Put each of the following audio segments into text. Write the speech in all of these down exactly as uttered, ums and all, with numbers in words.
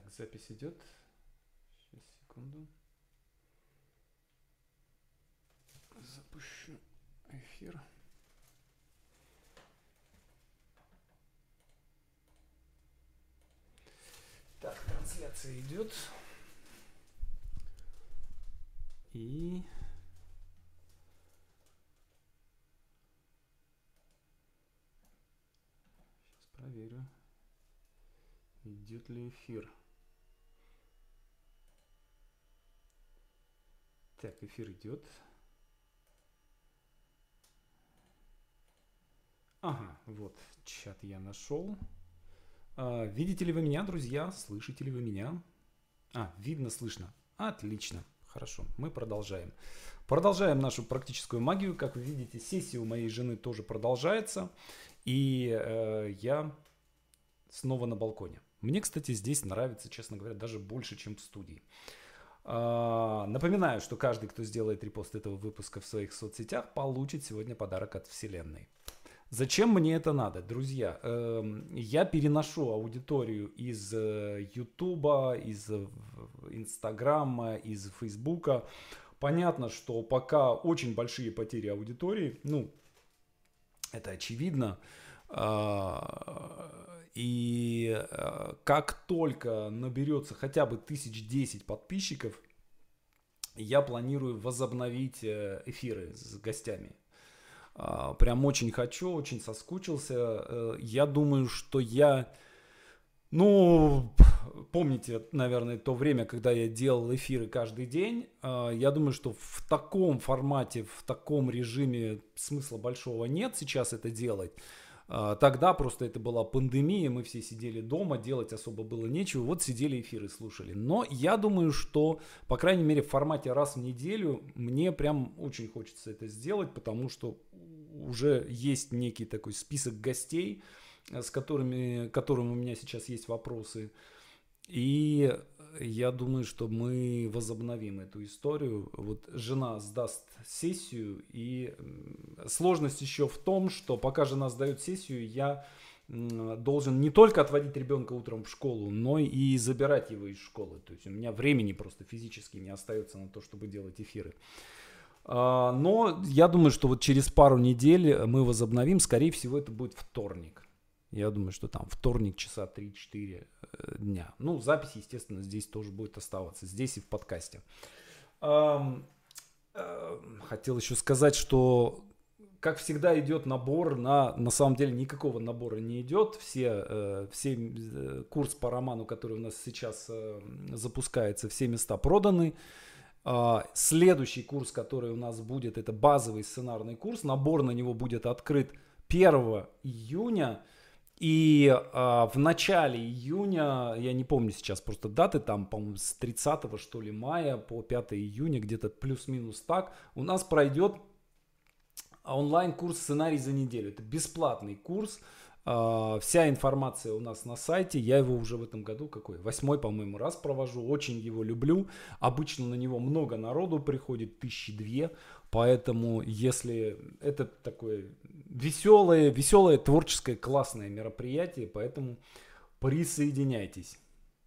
Так, запись идет. Сейчас, секунду. Запущу эфир. Так, трансляция идет. И... Сейчас проверю, идет ли эфир. Так, эфир идет. Ага, вот, чат я нашел. А, видите ли вы меня, друзья? Слышите ли вы меня? А, видно, слышно. Отлично. Хорошо, мы продолжаем. Продолжаем нашу практическую магию. Как вы видите, сессия у моей жены тоже продолжается. И э, я снова на балконе. Мне, кстати, здесь нравится, честно говоря, даже больше, чем в студии. Э, напоминаю, что каждый, кто сделает репост этого выпуска в своих соцсетях, получит сегодня подарок от Вселенной. Зачем мне это надо? Друзья, э, я переношу аудиторию из э, Ютуба, из э, Инстаграма, из Фейсбука. Понятно, что пока очень большие потери аудитории, ну, это очевидно. Э, и э, как только наберется хотя бы тысяч десять подписчиков, я планирую возобновить эфиры с гостями. Прям очень хочу, очень соскучился. Я думаю, что я, ну, помните, наверное, то время, когда я делал эфиры каждый день. Я думаю, что в таком формате, в таком режиме смысла большого нет сейчас это делать. Тогда просто это была пандемия, мы все сидели дома, делать особо было нечего, вот сидели эфиры слушали. Но я думаю, что, по крайней мере, в формате раз в неделю мне прям очень хочется это сделать, потому что уже есть некий такой список гостей, с которыми, которым у меня сейчас есть вопросы. И я думаю, что мы возобновим эту историю. Вот жена сдаст сессию, и сложность еще в том, что пока жена сдает сессию, я должен не только отводить ребенка утром в школу, но и забирать его из школы. То есть у меня времени просто физически не остается на то, чтобы делать эфиры. Но я думаю, что вот через пару недель мы возобновим. Скорее всего, это будет вторник. Я думаю, что там вторник часа три-четыре дня. Ну, запись, естественно, здесь тоже будет оставаться. Здесь и в подкасте. Хотел еще сказать, что, как всегда, идет набор на... На самом деле, никакого набора не идет. Все, все курс по роману, который у нас сейчас запускается, все места проданы. Следующий курс, который у нас будет, это базовый сценарный курс. Набор на него будет открыт первого июня. И а, в начале июня, я не помню сейчас просто даты, там, по-моему, с тридцатого что ли мая по пятое июня, где-то плюс-минус так, у нас пройдет онлайн-курс «Сценарий за неделю». Это бесплатный курс, а, вся информация у нас на сайте, я его уже в этом году, какой, восьмой, по-моему, раз провожу, очень его люблю, обычно на него много народу приходит, тысячи две. Поэтому, если это такое веселое, веселое, творческое, классное мероприятие, поэтому присоединяйтесь.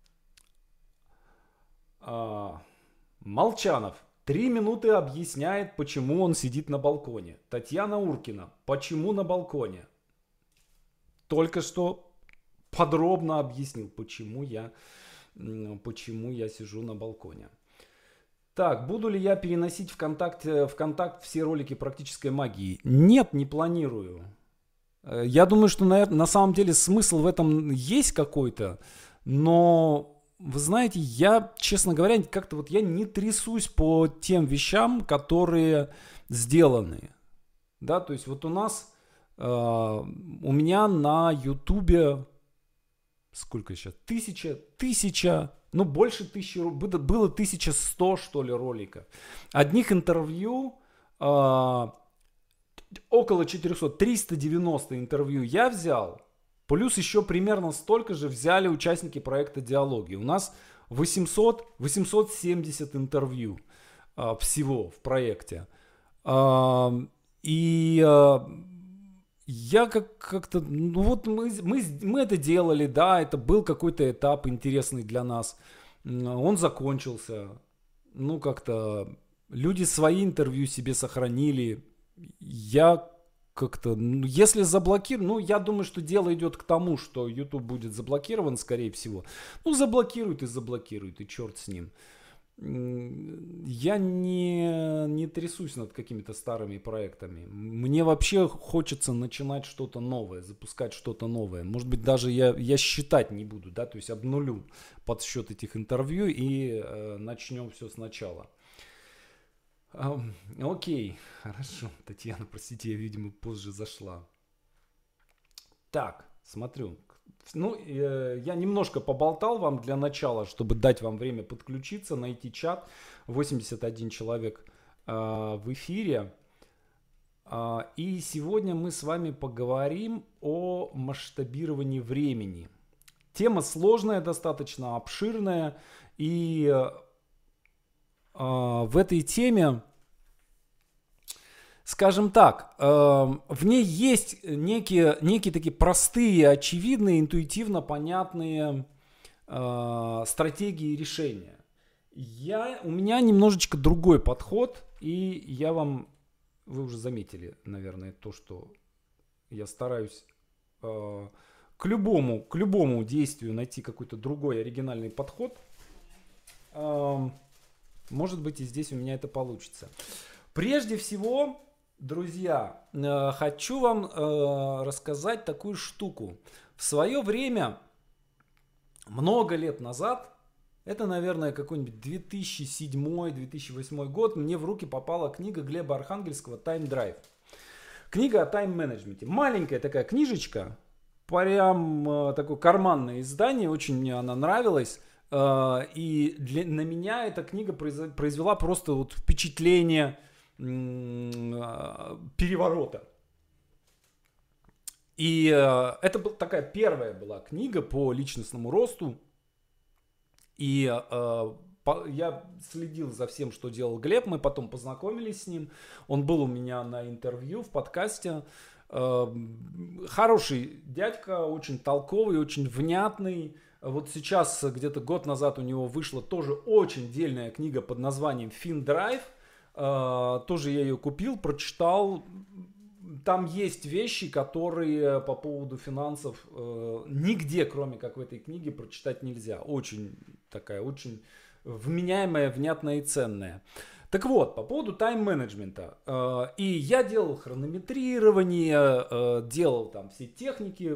А, Молчанов. Три минуты объясняет, почему он сидит на балконе. Татьяна Уркина. Почему на балконе? Только что подробно объяснил, почему я, почему я сижу на балконе. Так, буду ли я переносить в контакт, в контакт все ролики практической магии? Нет, не планирую. Я думаю, что на, на самом деле смысл в этом есть какой-то, но вы знаете, я, честно говоря, как-то вот я не трясусь по тем вещам, которые сделаны. Да, то есть вот у нас, э, у меня на Ютубе, сколько сейчас? Тысяча, тысяча... Ну, больше тысячи, было тысяча сто, что ли, роликов. Одних интервью, э, около четыреста, триста девяносто интервью я взял, плюс еще примерно столько же взяли участники проекта «Диалоги». У нас восемьсот, восемьсот семьдесят интервью э, всего в проекте. Э, и... Э, я как- как-то, ну вот мы, мы, мы это делали, да, это был какой-то этап интересный для нас. М, Он закончился. Ну, как-то люди свои интервью себе сохранили. Я как-то, ну, если заблокирую, ну, я думаю, что дело идет к тому, что YouTube будет заблокирован, скорее всего. Ну, заблокируют и заблокируют, и черт с ним. М, Я не, не трясусь над какими-то старыми проектами. Мне вообще хочется начинать что-то новое, запускать что-то новое. Может быть, даже я, я считать не буду, да, то есть обнулю подсчет этих интервью и э, начнем все сначала. Ам, окей, хорошо. Татьяна, простите, я, видимо, позже зашла. Так, смотрю. Ну, э, я немножко поболтал вам для начала, чтобы дать вам время подключиться, найти чат. восемьдесят один человек э, в эфире. А, и сегодня мы с вами поговорим о масштабировании времени. Тема сложная, достаточно обширная. И э, в этой теме, скажем так, э, в ней есть некие, некие такие простые, очевидные, интуитивно понятные э, стратегии решения. Я, у меня немножечко другой подход, и я вам, вы уже заметили, наверное, то, что я стараюсь э, к любому, к любому действию найти какой-то другой оригинальный подход. Э, может быть, и здесь у меня это получится. Прежде всего, друзья, э, хочу вам э, рассказать такую штуку. В свое время, много лет назад, это, наверное, какой-нибудь две тысячи седьмой - две тысячи восьмой год, мне в руки попала книга Глеба Архангельского «Time Drive». Книга о тайм-менеджменте. Маленькая такая книжечка, прям э, такое карманное издание, очень мне она нравилась. Э, и для, на меня эта книга произ- произвела просто вот впечатление переворота. И э, это была такая первая была книга по личностному росту. И э, по, я следил за всем, что делал Глеб. Мы потом познакомились с ним. Он был у меня на интервью в подкасте. Э, хороший дядька, очень толковый, очень внятный. Вот сейчас, где-то год назад у него вышла тоже очень дельная книга под названием FinDrive. Uh, тоже я ее купил, прочитал. Там есть вещи, которые по поводу финансов uh, нигде, кроме как в этой книге, прочитать нельзя. Очень такая, очень вменяемая, внятная и ценная. Так вот, по поводу тайм-менеджмента. Uh, и я делал хронометрирование, uh, делал там все техники.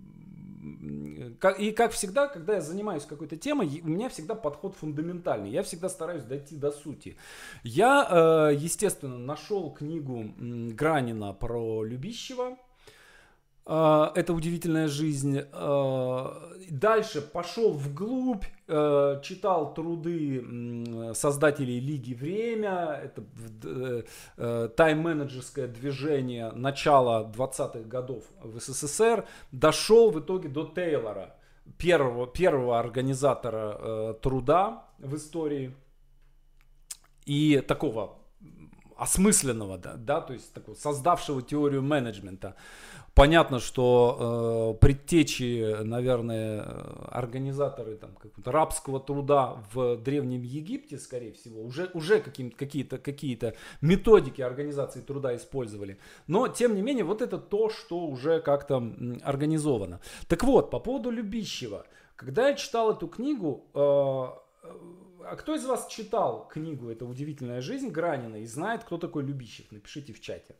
И как всегда, когда я занимаюсь какой-то темой, у меня всегда подход фундаментальный. Я всегда стараюсь дойти до сути. Я, естественно, нашел книгу Гранина про любящего. Это удивительная жизнь. Дальше пошел вглубь, читал труды создателей Лиги Время. Это тайм-менеджерское движение начала двадцатых годов в СССР. Дошел в итоге до Тейлора, первого, первого организатора труда в истории. И такого осмысленного, да, да, то есть такого, создавшего теорию менеджмента. Понятно, что э, предтечи, наверное, организаторы там, какого-то рабского труда в Древнем Египте, скорее всего, уже, уже какие-то, какие-то методики организации труда использовали. Но, тем не менее, вот это то, что уже как-то организовано. Так вот, по поводу любящего. Когда я читал эту книгу... Э, А кто из вас читал книгу «Это удивительная жизнь» Гранина и знает, кто такой Любищев? Напишите в чате.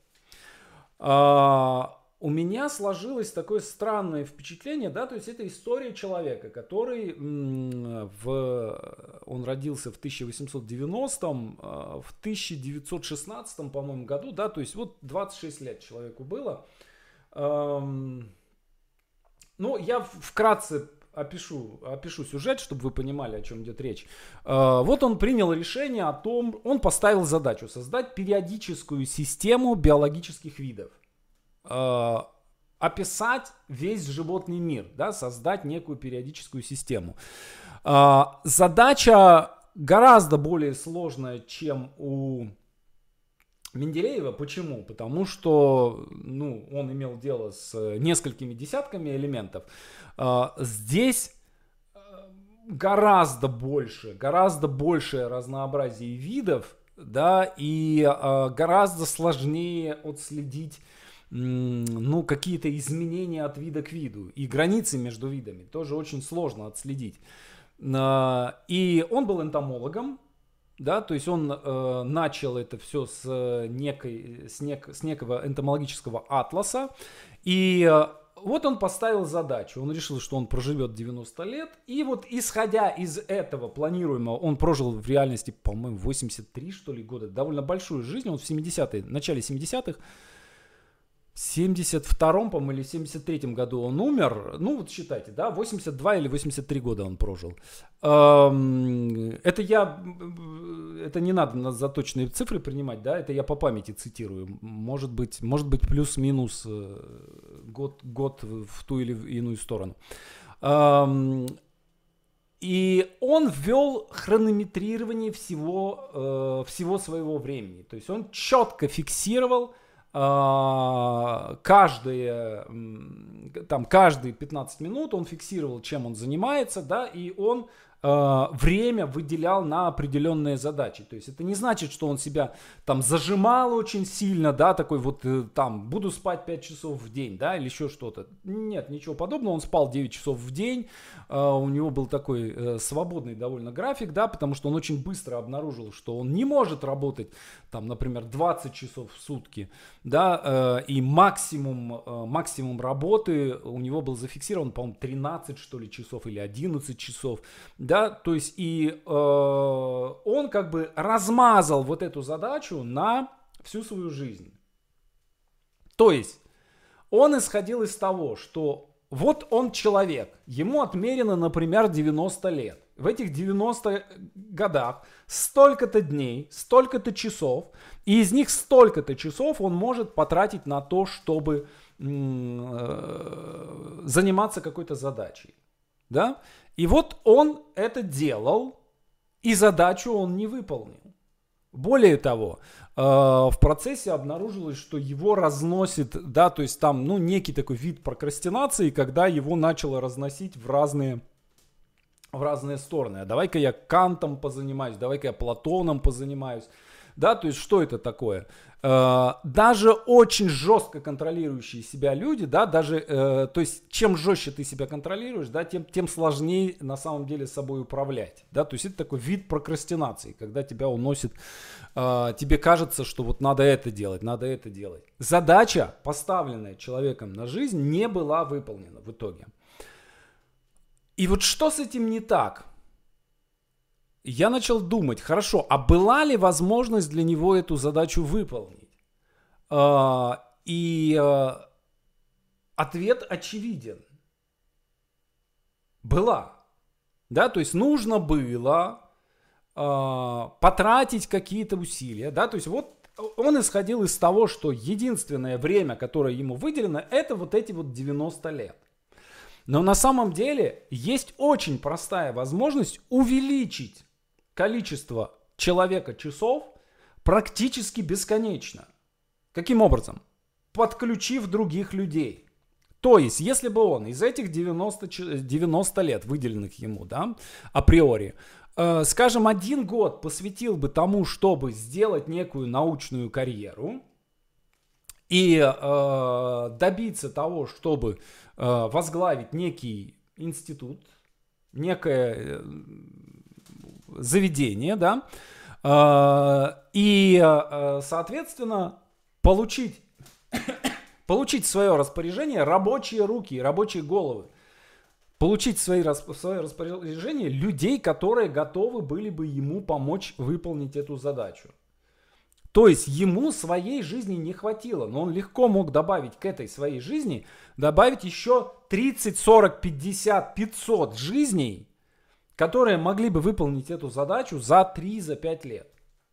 А, у меня сложилось такое странное впечатление, да, то есть это история человека, который в, он родился в тысяча восемьсот девяностом, в тысяча девятьсот шестнадцатом, по-моему, году, да, то есть вот двадцать шесть лет человеку было. Ну, я вкратце Опишу, опишу сюжет, чтобы вы понимали, о чем идет речь. Вот он принял решение о том, он поставил задачу создать периодическую систему биологических видов. Описать весь животный мир, да, создать некую периодическую систему. Задача гораздо более сложная, чем у Менделеева. Почему? Потому что, ну, он имел дело с несколькими десятками элементов. Здесь гораздо больше, гораздо большее разнообразие видов, да, и гораздо сложнее отследить, ну, какие-то изменения от вида к виду. И границы между видами тоже очень сложно отследить. И он был энтомологом. Да, то есть он э, начал это все с, некой, с, нек, с некого энтомологического атласа. И э, вот он поставил задачу. Он решил, что он проживет девяносто лет. И вот исходя из этого планируемого, он прожил в реальности, по-моему, восемьдесят три, что ли, года. Довольно большую жизнь. Он в семидесятые, в начале семидесятых. В семьдесят втором, по-моему, или в семьдесят третьем году он умер. Ну, вот считайте, да, восемьдесят два или восемьдесят три года он прожил. Это я, это не надо за точные цифры принимать, да, это я по памяти цитирую. Может быть, может быть плюс-минус год, год в ту или иную сторону. И он ввел хронометрирование всего, всего своего времени. То есть он четко фиксировал каждые, там, каждые пятнадцать минут он фиксировал, чем он занимается, да, и он э, время выделял на определенные задачи. То есть это не значит, что он себя там зажимал очень сильно, да, такой вот э, там буду спать пять часов в день, да, или еще что-то. Нет, ничего подобного. Он спал девять часов в день, э, у него был такой э, свободный довольно график, да, потому что он очень быстро обнаружил, что он не может работать там, например, двадцать часов в сутки, да, э, и максимум, э, максимум работы у него был зафиксирован, по-моему, тринадцать, что ли, часов или одиннадцать часов, да, то есть и э, он как бы размазал вот эту задачу на всю свою жизнь. То есть он исходил из того, что вот он человек, ему отмерено, например, девяносто лет. В этих девяноста годах столько-то дней, столько-то часов, и из них столько-то часов он может потратить на то, чтобы м- заниматься какой-то задачей. Да? И вот он это делал, и задачу он не выполнил. Более того, э, в процессе обнаружилось, что его разносит, да, то есть там, ну, некий такой вид прокрастинации, когда его начало разносить в разные, в разные стороны. А давай-ка я Кантом позанимаюсь, давай-ка я Платоном позанимаюсь. Да, то есть что это такое? Э, даже очень жестко контролирующие себя люди, да, даже, э, то есть чем жестче ты себя контролируешь, да, тем, тем сложнее на самом деле собой управлять, да, то есть это такой вид прокрастинации, когда тебя уносит, э, тебе кажется, что вот надо это делать, надо это делать. Задача, поставленная человеком на жизнь, не была выполнена в итоге. И вот что с этим не так? Я начал думать, хорошо, а была ли возможность для него эту задачу выполнить? И ответ очевиден. Была. Да, то есть нужно было потратить какие-то усилия. Да, то есть вот он исходил из того, что единственное время, которое ему выделено, это вот эти вот девяносто лет. Но на самом деле есть очень простая возможность увеличить количество человека часов практически бесконечно. Каким образом? Подключив других людей. То есть, если бы он из этих девяноста, девяноста лет, выделенных ему, да, априори, э, скажем, один год посвятил бы тому, чтобы сделать некую научную карьеру и э, добиться того, чтобы э, возглавить некий институт, некое заведение, да, и, соответственно, получить, получить в свое распоряжение рабочие руки, рабочие головы, получить в свое распоряжение людей, которые готовы были бы ему помочь выполнить эту задачу. То есть ему своей жизни не хватило, но он легко мог добавить к этой своей жизни, добавить еще тридцать, сорок, пятьдесят, пятьсот жизней, которые могли бы выполнить эту задачу за три-пять лет.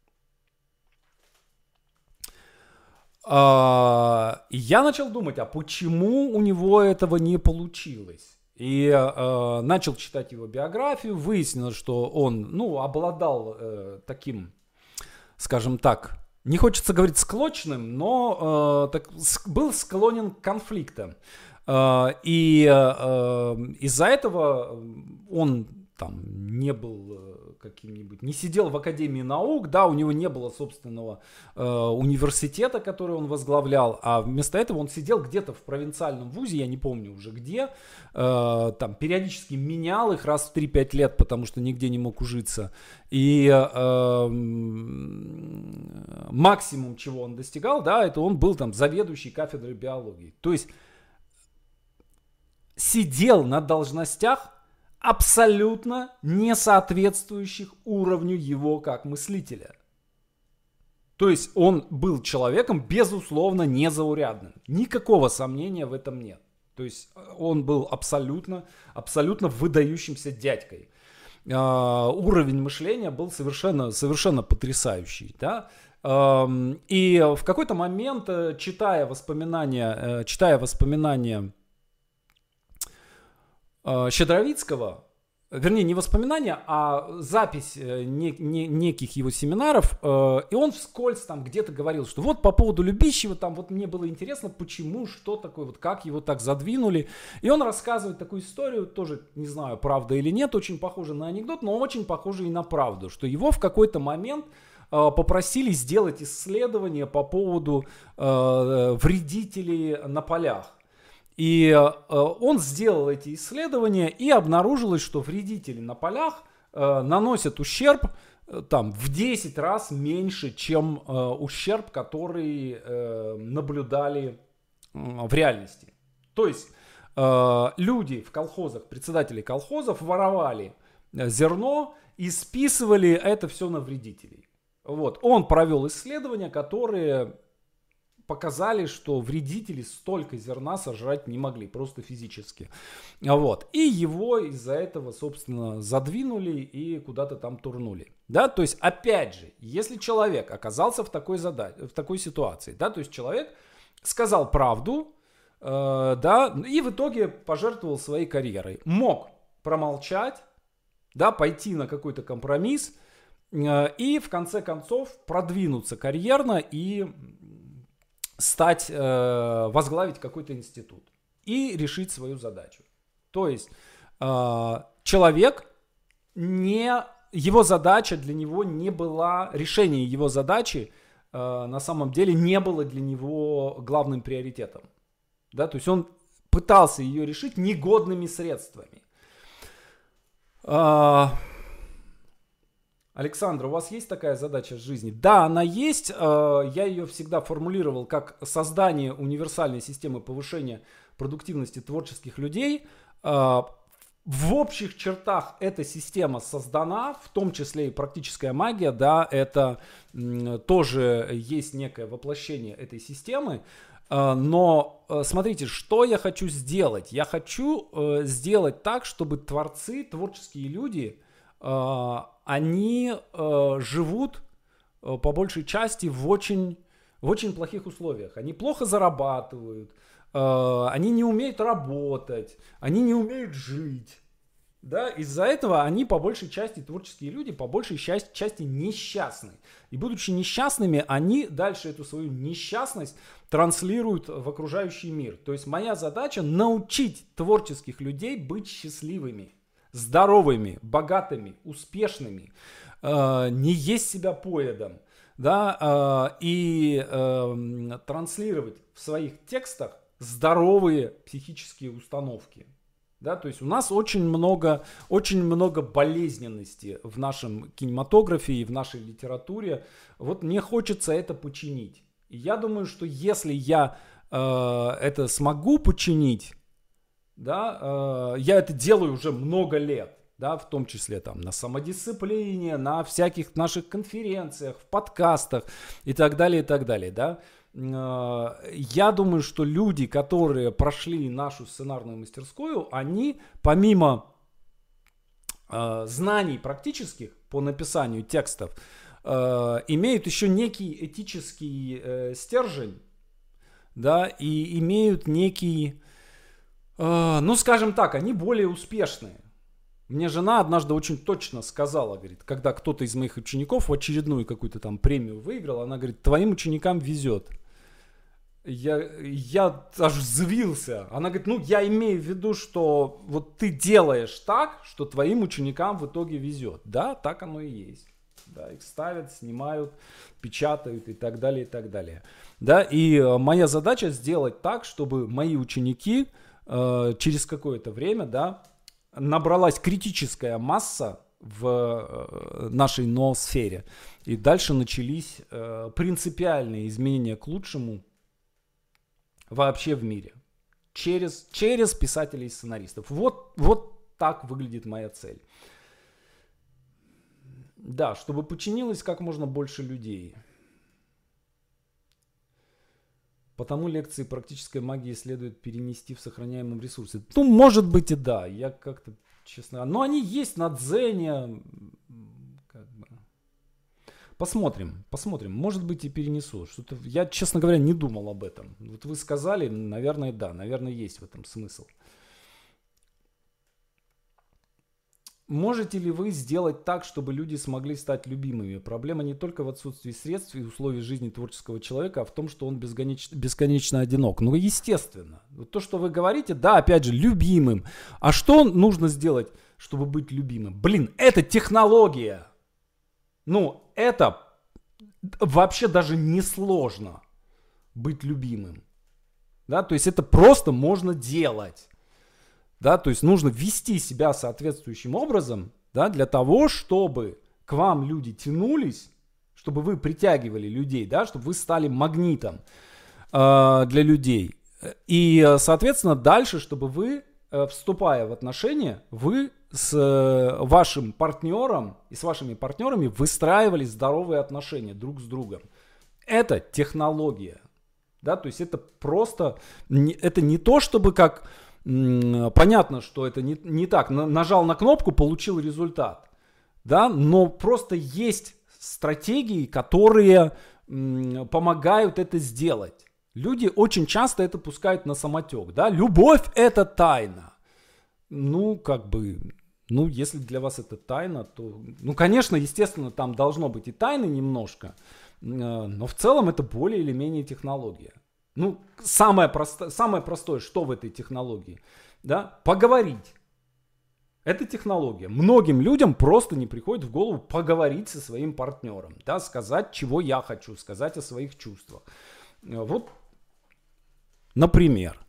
Я начал думать, а почему у него этого не получилось? И э, начал читать его биографию, выяснилось, что он, ну, обладал э, таким, скажем так, не хочется говорить склочным, но э, так, был склонен к конфликтам. Э, и э, из-за этого он там не был каким-нибудь, не сидел в Академии наук, да, у него не было собственного э, университета, который он возглавлял, а вместо этого он сидел где-то в провинциальном вузе, я не помню уже где, э, там периодически менял их раз в три-пять лет, потому что нигде не мог ужиться. И э, максимум, чего он достигал, да, это он был там заведующий кафедрой биологии. То есть сидел на должностях, абсолютно не соответствующих уровню его как мыслителя. То есть он был человеком, безусловно, незаурядным. Никакого сомнения в этом нет. То есть он был абсолютно, абсолютно выдающимся дядькой. Uh, уровень мышления был совершенно, совершенно потрясающий. Да? Uh, и в какой-то момент, читая воспоминания, uh, читая воспоминания Щедровицкого, вернее, не воспоминания, а запись не, не, неких его семинаров, э, и он вскользь там где-то говорил, что вот по поводу Любищева, там вот мне было интересно, почему, что такое, вот как его так задвинули. И он рассказывает такую историю, тоже не знаю, правда или нет, очень похоже на анекдот, но очень похоже и на правду, что его в какой-то момент э, попросили сделать исследование по поводу э, вредителей на полях. И э, он сделал эти исследования, и обнаружилось, что вредители на полях э, наносят ущерб э, там, в десять раз меньше, чем э, ущерб, который э, наблюдали э, в реальности. То есть э, люди в колхозах, председатели колхозов воровали зерно и списывали это все на вредителей. Вот. Он провел исследования, которые показали, что вредители столько зерна сожрать не могли, просто физически. Вот. И его из-за этого, собственно, задвинули и куда-то там турнули. Да? То есть, опять же, если человек оказался в такой, задаче, в такой ситуации, да, то есть человек сказал правду, э, да, и в итоге пожертвовал своей карьерой. Мог промолчать, да, пойти на какой-то компромисс э, и в конце концов продвинуться карьерно и стать, э, возглавить какой-то институт и решить свою задачу. То есть э, человек, не, его задача для него не была, решение его задачи э, на самом деле не было для него главным приоритетом. Да? То есть он пытался ее решить негодными средствами. Э, Александр, у вас есть такая задача в жизни? Да, она есть. Я ее всегда формулировал как создание универсальной системы повышения продуктивности творческих людей. В общих чертах эта система создана, в том числе и практическая магия, да, это тоже есть некое воплощение этой системы. Но смотрите, что я хочу сделать? Я хочу сделать так, чтобы творцы, творческие люди, они э, живут э, по большей части в очень, в очень плохих условиях. Они плохо зарабатывают, э, они не умеют работать, они не умеют жить. Да? Из-за этого они по большей части, творческие люди, по большей части, части несчастны. И будучи несчастными, они дальше эту свою несчастность транслируют в окружающий мир. То есть моя задача научить творческих людей быть счастливыми, здоровыми, богатыми, успешными, э, не есть себя поедом, да, э, и э, транслировать в своих текстах здоровые психические установки. Да, то есть у нас очень много, очень много болезненности в нашем кинематографе и в нашей литературе. Вот мне хочется это починить. И я думаю, что если я э, это смогу починить, да, э, я это делаю уже много лет, да, в том числе там на самодисциплине, на всяких наших конференциях, в подкастах и так далее, и так далее, да. Э, я думаю, что люди, которые прошли нашу сценарную мастерскую, они помимо э, знаний практических по написанию текстов, э, имеют еще некий этический э, стержень, да, и имеют некий, ну, скажем так, они более успешные. Мне жена однажды очень точно сказала, говорит, когда кто-то из моих учеников в очередную какую-то там премию выиграл, она говорит, твоим ученикам везет. Я, я аж взвился. Она говорит, ну я имею в виду, что вот ты делаешь так, что твоим ученикам в итоге везет. Да, так оно и есть. Да, их ставят, снимают, печатают и так далее, и так далее. Да, и э, моя задача сделать так, чтобы мои ученики э, через какое-то время, да, набралась критическая масса в э, нашей ноосфере. И дальше начались э, принципиальные изменения к лучшему вообще в мире. Через, через писателей и сценаристов. Вот, вот так выглядит моя цель. Да, чтобы подчинилось как можно больше людей. Потому лекции практической магии следует перенести в сохраняемом ресурсе. Ну, может быть и да. Я как-то, честно... Но они есть на Дзене. Как бы. Посмотрим, посмотрим. Может быть и перенесу. Что-то... Я, честно говоря, не думал об этом. Вот вы сказали, наверное, да. Наверное, есть в этом смысл. Можете ли вы сделать так, чтобы люди смогли стать любимыми? Проблема не только в отсутствии средств и условий жизни творческого человека, а в том, что он бесконечно, бесконечно одинок. Ну, естественно. Вот то, что вы говорите, да, опять же, любимым. А что нужно сделать, чтобы быть любимым? Блин, это технология. Ну, это вообще даже не сложно быть любимым. Да, то есть это просто можно делать. Да, то есть нужно вести себя соответствующим образом, да, для того, чтобы к вам люди тянулись, чтобы вы притягивали людей, да, чтобы вы стали магнитом э, для людей. И, соответственно, дальше, чтобы вы, э, вступая в отношения, вы с э, вашим партнером и с вашими партнерами выстраивали здоровые отношения друг с другом. Это технология. Да, то есть это просто, не, это не то, чтобы как... Понятно, что это не, не так. Нажал на кнопку, получил результат. Да? Но просто есть стратегии, которые м, помогают это сделать. Люди очень часто это пускают на самотек. Да? Любовь — это тайна. Ну, как бы, ну, если для вас это тайна, то, ну, конечно, естественно, там должно быть и тайны немножко, но в целом это более или менее технология. Ну, самое, просто, самое простое, что в этой технологии, да, поговорить. Это технология. Многим людям просто не приходит в голову поговорить со своим партнером, да, сказать, чего я хочу, сказать о своих чувствах. Вот, например,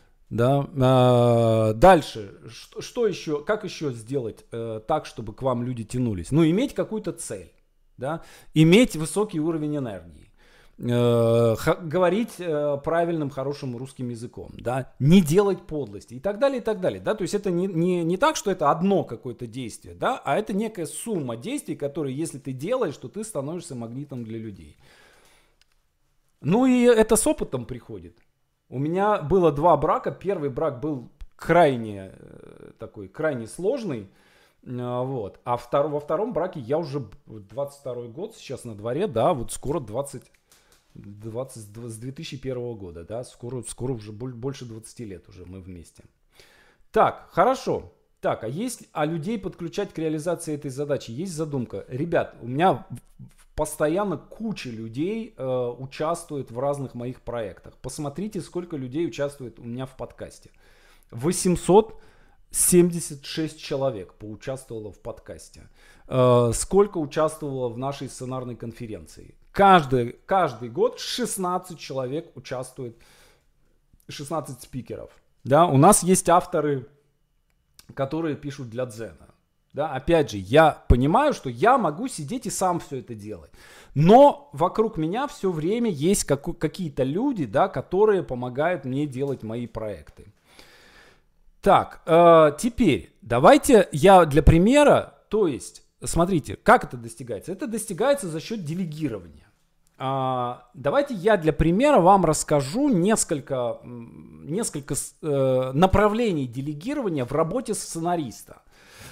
да. Дальше, что, что еще, как еще сделать э, так, чтобы к вам люди тянулись? Ну, иметь какую-то цель, да, иметь высокий уровень энергии. Говорить правильным, хорошим русским языком, да, не делать подлости и так далее, и так далее, да, то есть это не, не, не так, что это одно какое-то действие, да, а это некая сумма действий, которые, если ты делаешь, то ты становишься магнитом для людей. Ну и это с опытом приходит. У меня было два брака, первый брак был крайне такой, крайне сложный, вот, а втор, во втором браке я уже двадцать второй год, сейчас на дворе, да, вот скоро двадцать двадцать, с две тысячи первого года, да, скоро, скоро уже больше двадцати лет уже мы вместе. Так, хорошо. Так, а есть, а людей подключать к реализации этой задачи? Есть задумка? Ребят, у меня постоянно куча людей э, участвует в разных моих проектах. Посмотрите, сколько людей участвует у меня в подкасте. восемьсот семьдесят шесть человек поучаствовало в подкасте. Э, сколько участвовало в нашей сценарной конференции? Каждый, каждый год шестнадцать человек участвует, шестнадцать спикеров. Да? У нас есть авторы, которые пишут для Дзена. Да? Опять же, я понимаю, что я могу сидеть и сам все это делать. Но вокруг меня все время есть как, какие-то люди, да, которые помогают мне делать мои проекты. Так, э, теперь давайте я для примера, то есть, смотрите, как это достигается? Это достигается за счет делегирования. А, давайте я для примера вам расскажу несколько, несколько э, направлений делегирования в работе сценариста.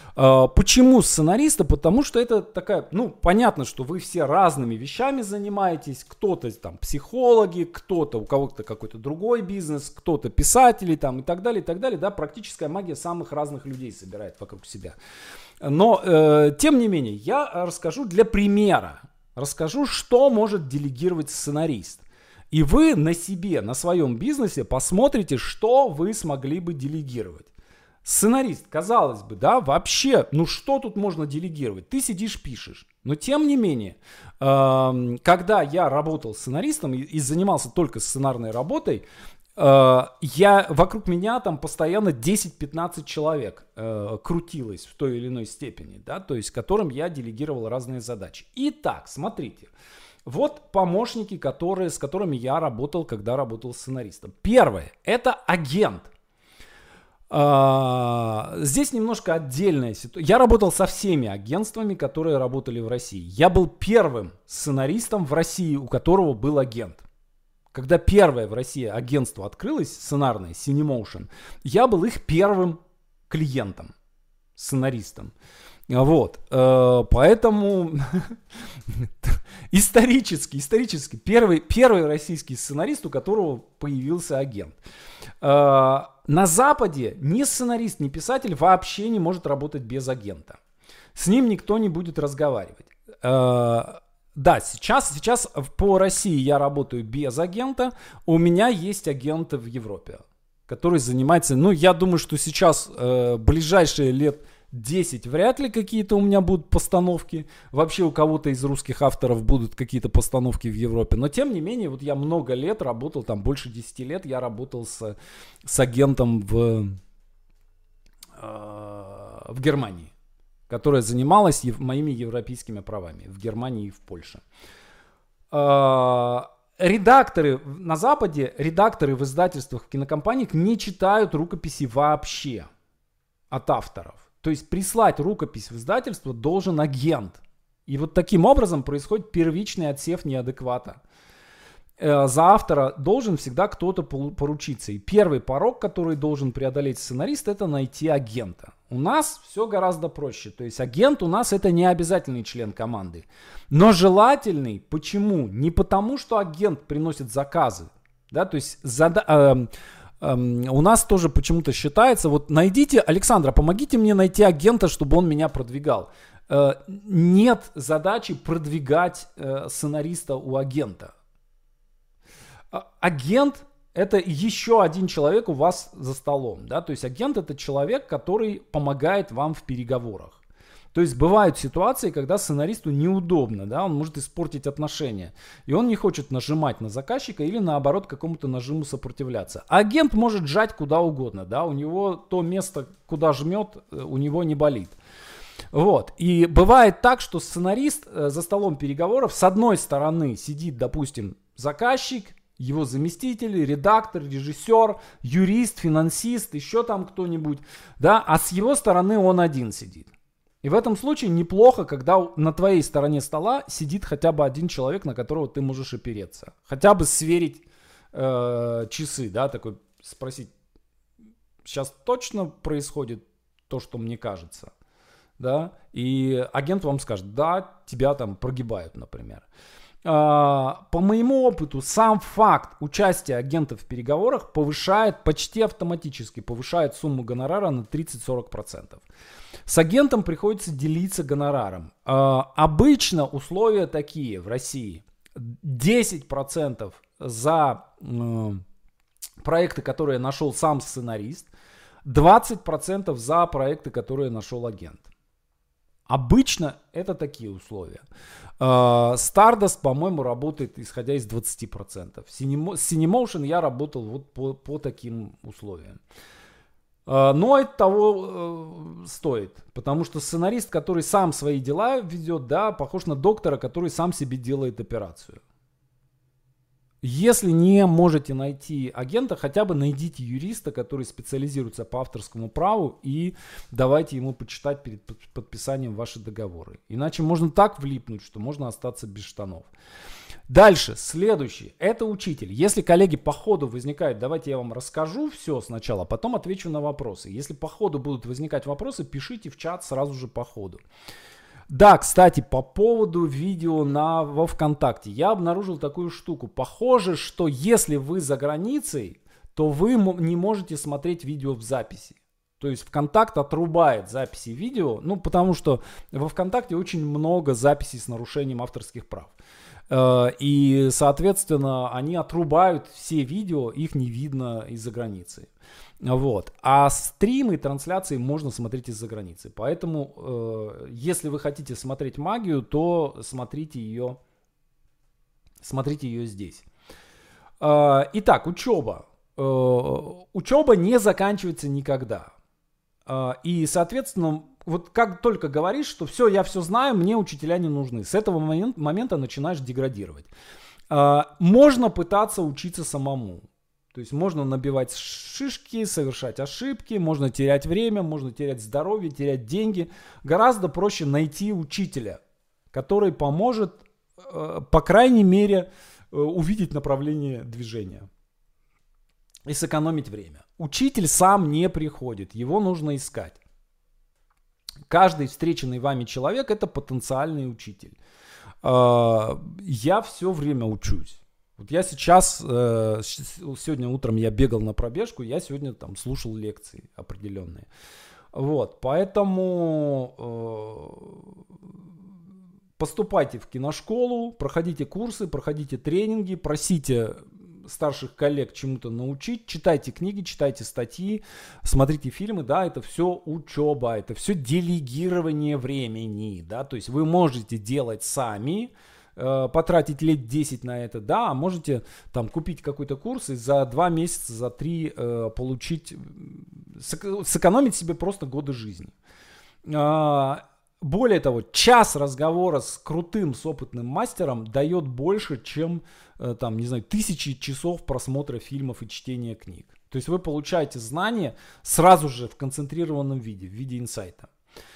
Почему сценариста? Потому что это такая, ну, понятно, что вы все разными вещами занимаетесь. Кто-то там психологи, кто-то, у кого-то какой-то другой бизнес, кто-то писатели там и так далее, и так далее. Да, практическая магия самых разных людей собирает вокруг себя. Но, э, тем не менее, я расскажу для примера. Расскажу, что может делегировать сценарист. И вы на себе, на своем бизнесе посмотрите, что вы смогли бы делегировать. Сценарист, казалось бы, да, вообще, ну что тут можно делегировать? Ты сидишь, пишешь. Но тем не менее, э, когда я работал сценаристом и, и занимался только сценарной работой, э, я, вокруг меня там постоянно десять-пятнадцать человек э, крутилось в той или иной степени, да, то есть которым я делегировал разные задачи. Итак, смотрите. Вот помощники, которые, с которыми я работал, когда работал сценаристом. Первое – это агент. Здесь немножко отдельная ситуация. Я работал со всеми агентствами, которые работали в России. Я был первым сценаристом в России, у которого был агент. Когда первое в России агентство открылось, сценарное, Cinemotion, я был их первым клиентом, сценаристом. Вот, поэтому исторически, исторически первый, первый российский сценарист, у которого появился агент. На Западе ни сценарист, ни писатель вообще не может работать без агента. С ним никто не будет разговаривать. Да, сейчас, сейчас по России я работаю без агента. У меня есть агенты в Европе, который занимается... Ну, я думаю, что сейчас ближайшие лет... десять вряд ли какие-то у меня будут постановки. Вообще у кого-то из русских авторов будут какие-то постановки в Европе. Но тем не менее, вот я много лет работал, там больше десяти лет я работал с, с агентом в, э, в Германии, которая занималась ев, моими европейскими правами в Германии и в Польше. Э, редакторы на Западе, редакторы в издательствах, в кинокомпаниях не читают рукописи вообще от авторов. То есть прислать рукопись в издательство должен агент. И вот таким образом происходит первичный отсев неадеквата. Э, за автора должен всегда кто-то поручиться. И первый порог, который должен преодолеть сценарист, это найти агента. У нас все гораздо проще. То есть агент у нас это не обязательный член команды. Но желательный. Почему? Не потому, что агент приносит заказы. Да, то есть зада... Э, Um, у нас тоже почему-то считается, вот найдите, Александра, помогите мне найти агента, чтобы он меня продвигал. Uh, нет задачи продвигать uh, сценариста у агента. Uh, агент это еще один человек у вас за столом. Да? То есть агент это человек, который помогает вам в переговорах. То есть бывают ситуации, когда сценаристу неудобно, да, он может испортить отношения. И он не хочет нажимать на заказчика или наоборот какому-то нажиму сопротивляться. Агент может жать куда угодно, да, у него то место, куда жмет, у него не болит. Вот. И бывает так, что сценарист за столом переговоров с одной стороны сидит, допустим, заказчик, его заместитель, редактор, режиссер, юрист, финансист, еще там кто-нибудь, да, а с его стороны он один сидит. И в этом случае неплохо, когда на твоей стороне стола сидит хотя бы один человек, на которого ты можешь опереться. Хотя бы сверить э, часы, да, такой спросить, сейчас точно происходит то, что мне кажется, да, и агент вам скажет, да, тебя там прогибают, например. По моему опыту, сам факт участия агента в переговорах повышает, почти автоматически повышает сумму гонорара на тридцать-сорок процентов. С агентом приходится делиться гонораром. Обычно условия такие в России. десять процентов за проекты, которые нашел сам сценарист, двадцать процентов за проекты, которые нашел агент. Обычно это такие условия. Stardust, по-моему, работает исходя из двадцати процентов. С Cinemotion я работал вот по, по таким условиям. Но это того стоит, потому что сценарист, который сам свои дела ведет, да, похож на доктора, который сам себе делает операцию. Если не можете найти агента, хотя бы найдите юриста, который специализируется по авторскому праву, и давайте ему почитать перед подписанием ваши договоры. Иначе можно так влипнуть, что можно остаться без штанов. Дальше, следующий, это учитель. Если, коллеги, по ходу возникают, давайте я вам расскажу все сначала, потом отвечу на вопросы. Если по ходу будут возникать вопросы, пишите в чат сразу же по ходу. Да, кстати, по поводу видео на, во ВКонтакте. Я обнаружил такую штуку. Похоже, что если вы за границей, то вы не можете смотреть видео в записи. То есть ВКонтакт отрубает записи видео, ну, потому что во ВКонтакте очень много записей с нарушением авторских прав. И, соответственно, они отрубают все видео, их не видно из-за границы. Вот. А стримы, трансляции можно смотреть из-за границы. Поэтому, если вы хотите смотреть магию, то смотрите ее, смотрите ее здесь. Итак, учеба. Учеба не заканчивается никогда. И, соответственно, вот как только говоришь, что все, я все знаю, мне учителя не нужны, с этого момента, момента начинаешь деградировать. Можно пытаться учиться самому. То есть можно набивать шишки, совершать ошибки, можно терять время, можно терять здоровье, терять деньги. Гораздо проще найти учителя, который поможет, по крайней мере, увидеть направление движения и сэкономить время. Учитель сам не приходит, его нужно искать. Каждый встреченный вами человек — это потенциальный учитель. Я все время учусь. Вот я сейчас, сегодня утром я бегал на пробежку, я сегодня там слушал лекции определенные. Вот, поэтому поступайте в киношколу, проходите курсы, проходите тренинги, просите старших коллег чему-то научить, читайте книги, читайте статьи, смотрите фильмы, да, это все учеба, это все делегирование времени, да, то есть вы можете делать сами, э, потратить лет десять на это, да, а можете там купить какой-то курс и за два месяца, за три э, получить, сэкономить себе просто годы жизни. А, более того, час разговора с крутым, с опытным мастером дает больше, чем, там, не знаю, тысячи часов просмотра фильмов и чтения книг. То есть вы получаете знания сразу же в концентрированном виде, в виде инсайта.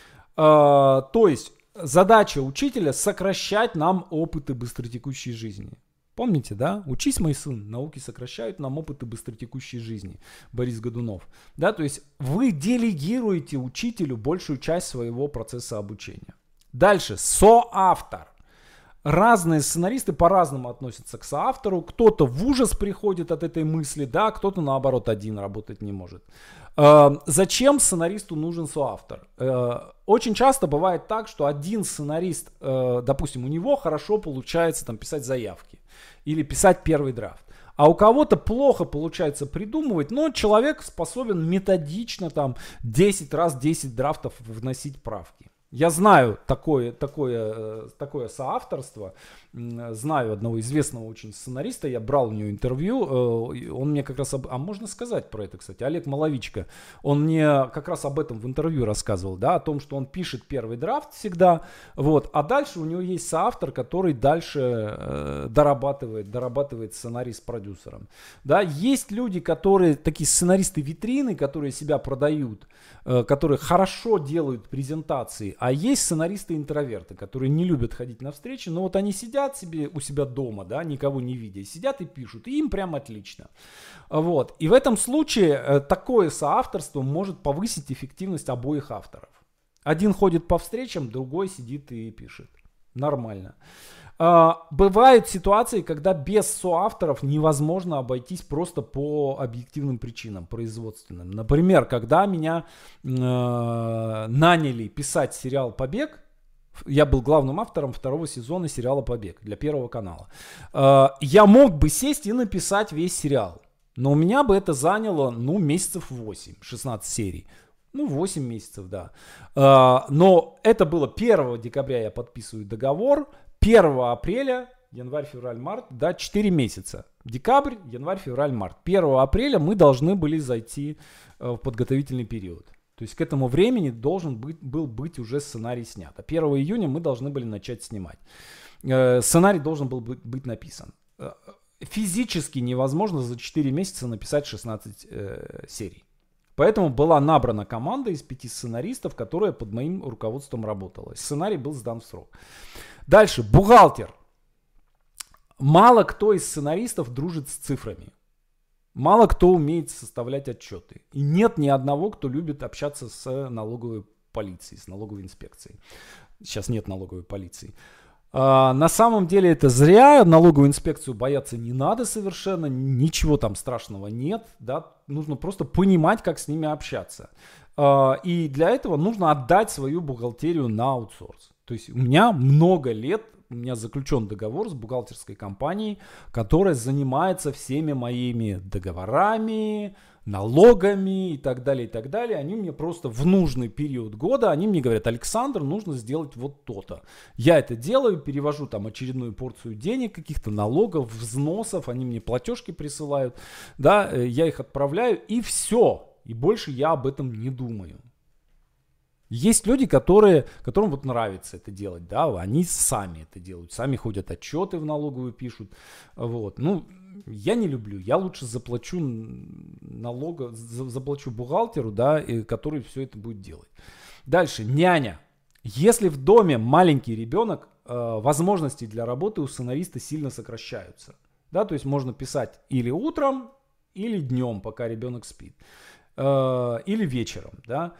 То есть задача учителя — сокращать нам опыты быстротекущей жизни. Помните, да? Учись, мой сын, науки сокращают нам опыты быстротекущей жизни. Борис Годунов. Да, то есть вы делегируете учителю большую часть своего процесса обучения. Дальше. Соавтор. Разные сценаристы по-разному относятся к соавтору. Кто-то в ужас приходит от этой мысли, да, кто-то наоборот один работать не может. Э, зачем сценаристу нужен соавтор? Э, очень часто бывает так, что один сценарист, э, допустим, у него хорошо получается там писать заявки или писать первый драфт. А у кого-то плохо получается придумывать, но человек способен методично там десять раз десять драфтов вносить правки. Я знаю такое, такое, такое соавторство, знаю одного известного очень сценариста, я брал у него интервью, он мне как раз, об... а можно сказать про это, кстати, Олег Маловичка, он мне как раз об этом в интервью рассказывал, да, о том, что он пишет первый драфт всегда, вот, а дальше у него есть соавтор, который дальше э, дорабатывает, дорабатывает сценарий с продюсером, да, есть люди, которые, такие сценаристы-витрины, которые себя продают, э, которые хорошо делают презентации, а есть сценаристы-интроверты, которые не любят ходить на встречи, но вот они сидят себе у себя дома, да, никого не видя, сидят и пишут, и им прям отлично. Вот. И в этом случае э, такое соавторство может повысить эффективность обоих авторов. Один ходит по встречам, другой сидит и пишет. Нормально. Э, бывают ситуации, когда без соавторов невозможно обойтись просто по объективным причинам, производственным. Например, когда меня э, наняли писать сериал «Побег», я был главным автором второго сезона сериала «Побег» для Первого канала. Я мог бы сесть и написать весь сериал. Но у меня бы это заняло, ну, месяцев восемь, шестнадцать серий. Ну, восемь месяцев, да. Но это было первого декабря, я подписываю договор. первого апреля, январь, февраль, март, да, четыре месяца. Декабрь, январь, февраль, март. первого апреля мы должны были зайти в подготовительный период. То есть к этому времени должен быть, был быть уже сценарий снят. А первого июня мы должны были начать снимать. Э, сценарий должен был быть, быть написан. Э, физически невозможно за четыре месяца написать шестнадцать э, серий. Поэтому была набрана команда из пяти сценаристов, которая под моим руководством работала. Сценарий был сдан в срок. Дальше. Бухгалтер. Мало кто из сценаристов дружит с цифрами. Мало кто умеет составлять отчеты. И нет ни одного, кто любит общаться с налоговой полицией, с налоговой инспекцией. Сейчас нет налоговой полиции. А, на самом деле это зря. Налоговую инспекцию бояться не надо совершенно. Ничего там страшного нет. Да? Нужно просто понимать, как с ними общаться. А, и для этого нужно отдать свою бухгалтерию на аутсорс. То есть у меня много лет, у меня заключен договор с бухгалтерской компанией, которая занимается всеми моими договорами, налогами и так далее, и так далее. Они мне просто в нужный период года, они мне говорят: Александр, нужно сделать вот то-то. Я это делаю, перевожу там очередную порцию денег, каких-то налогов, взносов, они мне платежки присылают, да, я их отправляю, и все. И больше я об этом не думаю. Есть люди, которые, которым вот нравится это делать, да, они сами это делают, сами ходят, отчеты в налоговую пишут, вот. Ну, я не люблю, я лучше заплачу налога, заплачу бухгалтеру, да, который все это будет делать. Дальше, няня. Если в доме маленький ребенок, возможности для работы у сценариста сильно сокращаются, да, то есть можно писать или утром, или днем, пока ребенок спит, или вечером, да.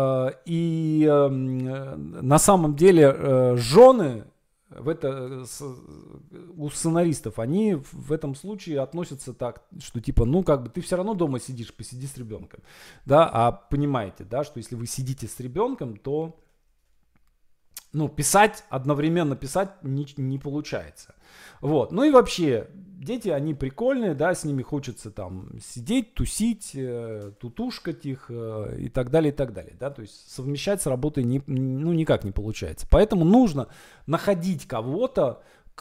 И э, на самом деле э, жены в это, с, у сценаристов, они в этом случае относятся так, что типа, ну как бы ты все равно дома сидишь, посиди с ребенком, да, а понимаете, да, что если вы сидите с ребенком, то, ну, писать, одновременно писать не, не получается. Вот. Ну и вообще, дети, они прикольные, да, с ними хочется там сидеть, тусить, э, тутушкать их э, и так далее, и так далее, да, то есть совмещать с работой не, ну, никак не получается. Поэтому нужно находить кого-то,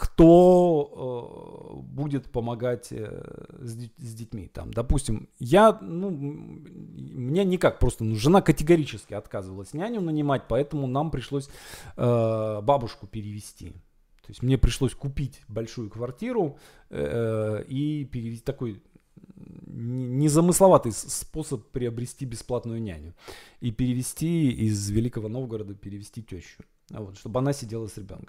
кто э, будет помогать э, с, с детьми. Там, допустим, я, ну, мне никак просто, ну, жена категорически отказывалась няню нанимать, поэтому нам пришлось э, бабушку перевести. То есть мне пришлось купить большую квартиру э, и перевести такой незамысловатый способ приобрести бесплатную няню. И перевести из Великого Новгорода, перевести тещу. Вот, чтобы она сидела с ребенком.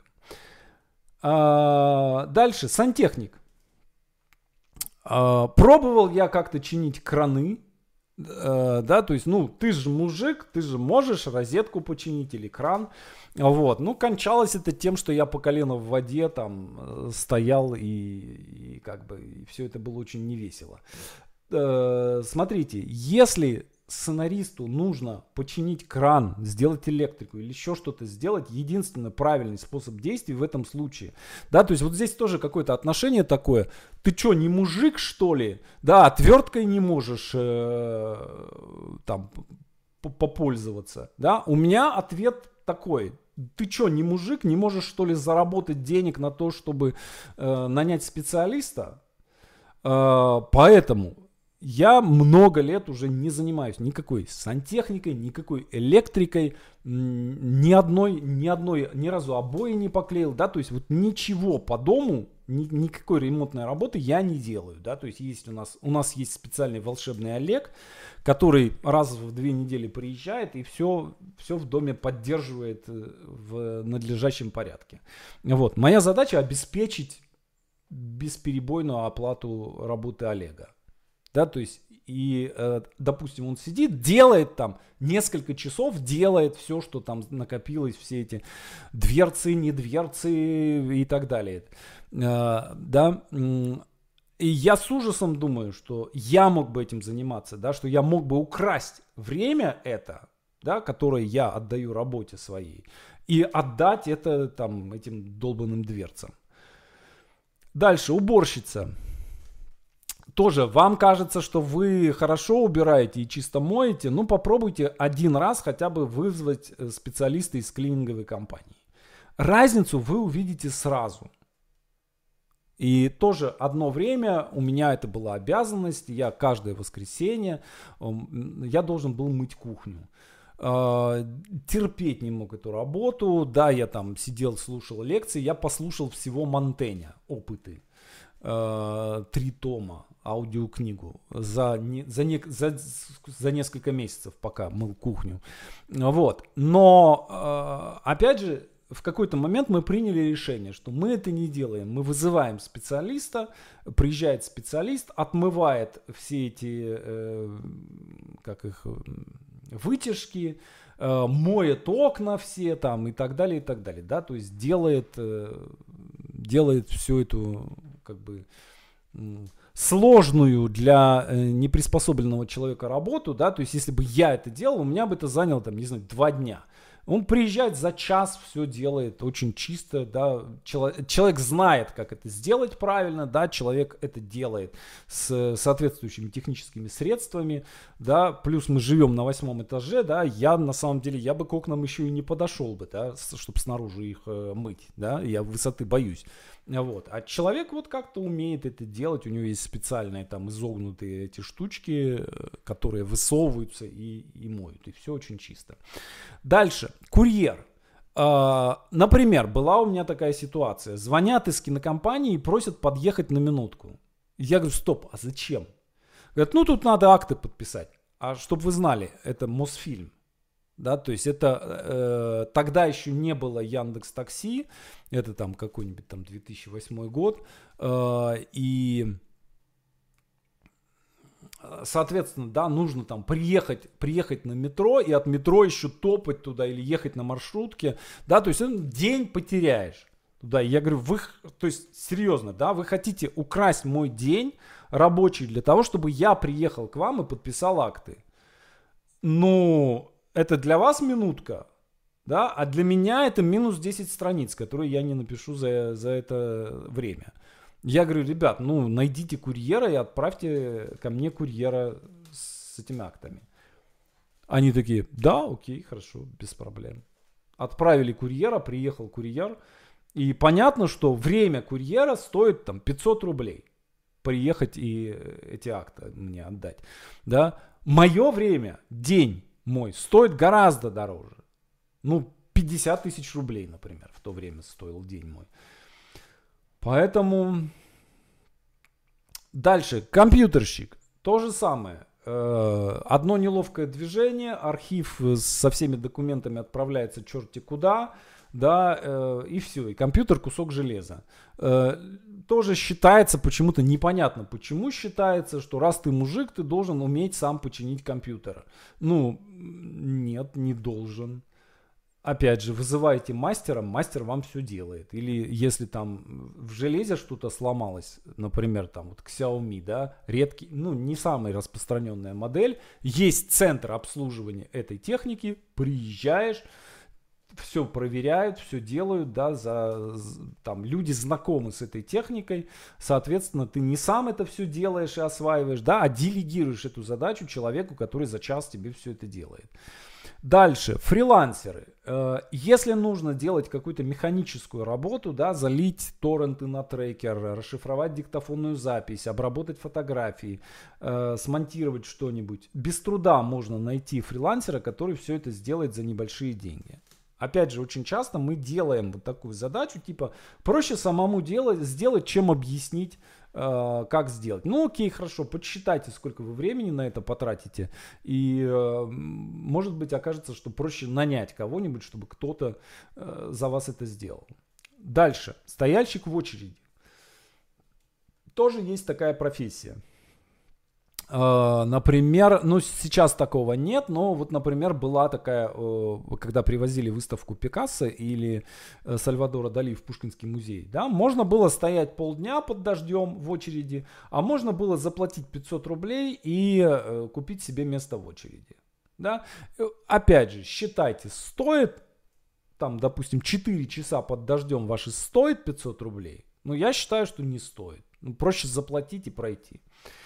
А, дальше, сантехник. А, пробовал я как-то чинить краны. Uh, да, то есть, ну, ты же мужик, ты же можешь розетку починить или кран, вот, ну, кончалось это тем, что я по колено в воде там стоял и, и как бы, и все это было очень невесело. Uh, смотрите, если сценаристу нужно починить кран, сделать электрику или еще что-то сделать, единственный правильный способ действий в этом случае, да, то есть вот здесь тоже какое-то отношение такое: ты что, не мужик, что ли, да, отверткой не можешь э, там попользоваться, да, у меня ответ такой: ты что, не мужик, не можешь, что ли, заработать денег на то, чтобы э, нанять специалиста, э, поэтому я много лет уже не занимаюсь никакой сантехникой, никакой электрикой, ни одной, ни одной, ни разу обои не поклеил, да, то есть вот ничего по дому, ни, никакой ремонтной работы я не делаю, да, то есть есть у нас, у нас есть специальный волшебный Олег, который раз в две недели приезжает и все, все в доме поддерживает в надлежащем порядке. Вот, моя задача обеспечить бесперебойную оплату работы Олега. Да, то есть, и, э, допустим, он сидит, делает там несколько часов, делает все, что там накопилось, все эти дверцы, не дверцы и так далее. Э, да, и я с ужасом думаю, что я мог бы этим заниматься, да, что я мог бы украсть время это, да, которое я отдаю работе своей, и отдать это там этим долбанным дверцам. Дальше, уборщица. Тоже вам кажется, что вы хорошо убираете и чисто моете, ну попробуйте один раз хотя бы вызвать специалиста из клининговой компании. Разницу вы увидите сразу. И тоже одно время у меня это была обязанность, я каждое воскресенье, я должен был мыть кухню. Терпеть не мог эту работу, да, я там сидел, слушал лекции, я послушал всего Монтэня, опыты, три тома. Аудиокнигу за, не, за, не, за, за несколько месяцев, пока мыл кухню. Вот. Но, э, опять же, в какой-то момент мы приняли решение, что мы это не делаем. Мы вызываем специалиста, приезжает специалист, отмывает все эти, э, как их, вытяжки, э, моет окна все там и так далее, и так далее. Да? То есть делает, э, делает всю эту, как бы, сложную для э, неприспособленного человека работу, да, то есть если бы я это делал, у меня бы это заняло, там, не знаю, два дня. Он приезжает за час, все делает очень чисто, да, человек, человек знает, как это сделать правильно, да, человек это делает с соответствующими техническими средствами, да, плюс мы живем на восьмом этаже, да, я на самом деле, я бы к окнам еще и не подошел бы, да, чтобы снаружи их э, мыть, да, я высоты боюсь. Вот. А человек вот как-то умеет это делать, у него есть специальные там изогнутые эти штучки, которые высовываются и, и моют, и все очень чисто. Дальше, курьер. А, например, была у меня такая ситуация, звонят из кинокомпании и просят подъехать на минутку. Я говорю, стоп, а зачем? Говорят, ну тут надо акты подписать. А чтобы вы знали, это Мосфильм. Да, то есть это э, тогда еще не было Яндекс.Такси, это там какой-нибудь там две тысячи восьмой год, э, и соответственно, да, нужно там приехать, приехать на метро и от метро еще топать туда или ехать на маршрутке, да, то есть день потеряешь туда. Я говорю, вы, то есть серьезно, да, вы хотите украсть мой день рабочий для того, чтобы я приехал к вам и подписал акты. Ну... Это для вас минутка, да, а для меня это минус десять страниц, которые я не напишу за, за это время. Я говорю, ребят, ну найдите курьера и отправьте ко мне курьера с этими актами. Они такие, да, окей, хорошо, без проблем. Отправили курьера, приехал курьер, и понятно, что время курьера стоит там пятьсот рублей. Приехать и эти акты мне отдать, да. Мое время, день мой, стоит гораздо дороже. Ну, пятьдесят тысяч рублей, например, в то время стоил день мой. Поэтому... Дальше, компьютерщик. То же самое. Одно неловкое движение, архив со всеми документами отправляется черти куда, да, и все. И компьютер кусок железа. Тоже считается почему-то, непонятно почему считается, что раз ты мужик, ты должен уметь сам починить компьютер. Ну, нет, не должен. Опять же, вызываете мастера, мастер вам все делает. Или если там в железе что-то сломалось, например, там вот Xiaomi, да, редкий, ну, не самая распространенная модель, есть центр обслуживания этой техники, приезжаешь, все проверяют, все делают, да, за, там люди знакомы с этой техникой, соответственно, ты не сам это все делаешь и осваиваешь, да, а делегируешь эту задачу человеку, который за час тебе все это делает. Дальше, фрилансеры. Если нужно делать какую-то механическую работу, да, залить торренты на трекер, расшифровать диктофонную запись, обработать фотографии, смонтировать что-нибудь, без труда можно найти фрилансера, который все это сделает за небольшие деньги. Опять же, очень часто мы делаем вот такую задачу, типа, проще самому делать, сделать, чем объяснить, э, как сделать. Ну, окей, хорошо, подсчитайте, сколько вы времени на это потратите, и, э, может быть, окажется, что проще нанять кого-нибудь, чтобы кто-то э, за вас это сделал. Дальше, стояльщик в очереди. Тоже есть такая профессия. Например, ну сейчас такого нет, но вот, например, была такая, когда привозили выставку Пикассо или Сальвадора Дали в Пушкинский музей, да, можно было стоять полдня под дождем в очереди, а можно было заплатить пятьсот рублей и купить себе место в очереди, да. Опять же, считайте, стоит, там, допустим, четыре часа под дождем ваши стоит пятьсот рублей, но я считаю, что не стоит, ну, проще заплатить и пройти.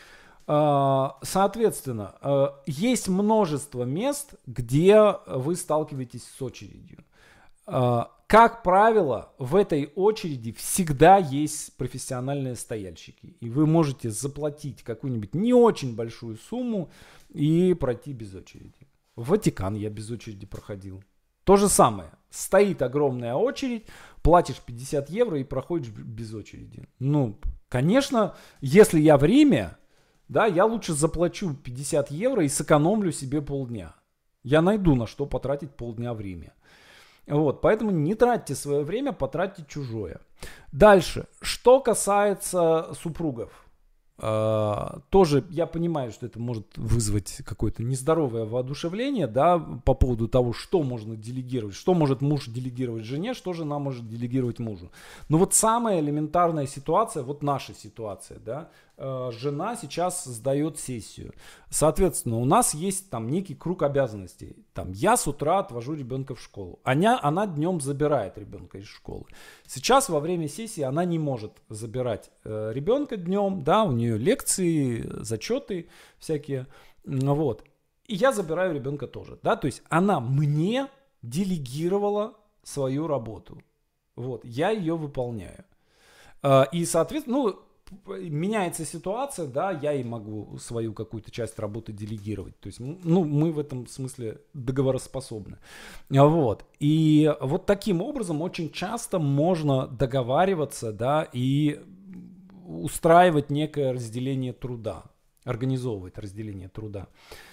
Соответственно, есть множество мест, где вы сталкиваетесь с очередью. Как правило, в этой очереди всегда есть профессиональные стояльщики. И вы можете заплатить какую-нибудь не очень большую сумму и пройти без очереди. В Ватикан я без очереди проходил. То же самое. Стоит огромная очередь, платишь пятьдесят евро и проходишь без очереди. Ну, конечно, если я в Риме, да, я лучше заплачу пятьдесят евро и сэкономлю себе полдня. Я найду, на что потратить полдня в Риме. Вот, поэтому не тратьте свое время, потратьте чужое. Дальше, что касается супругов. Uh, тоже я понимаю, что это может вызвать какое-то нездоровое воодушевление, да, по поводу того, что можно делегировать, что может муж делегировать жене, что жена может делегировать мужу. Но вот самая элементарная ситуация, вот наша ситуация, да, uh, жена сейчас сдает сессию. Соответственно, у нас есть там некий круг обязанностей. Там я с утра отвожу ребенка в школу, она, она днем забирает ребенка из школы. Сейчас во время сессии она не может забирать э, ребенка днем, да, у нее лекции, зачеты всякие, вот. И я забираю ребенка тоже, да, то есть она мне делегировала свою работу, вот, я ее выполняю. Э, и, соответственно, ну, меняется ситуация, да, я и могу свою какую-то часть работы делегировать. То есть, ну, мы в этом смысле договороспособны. Вот. И вот таким образом очень часто можно договариваться, да, и устраивать некое разделение труда, организовывать разделение труда.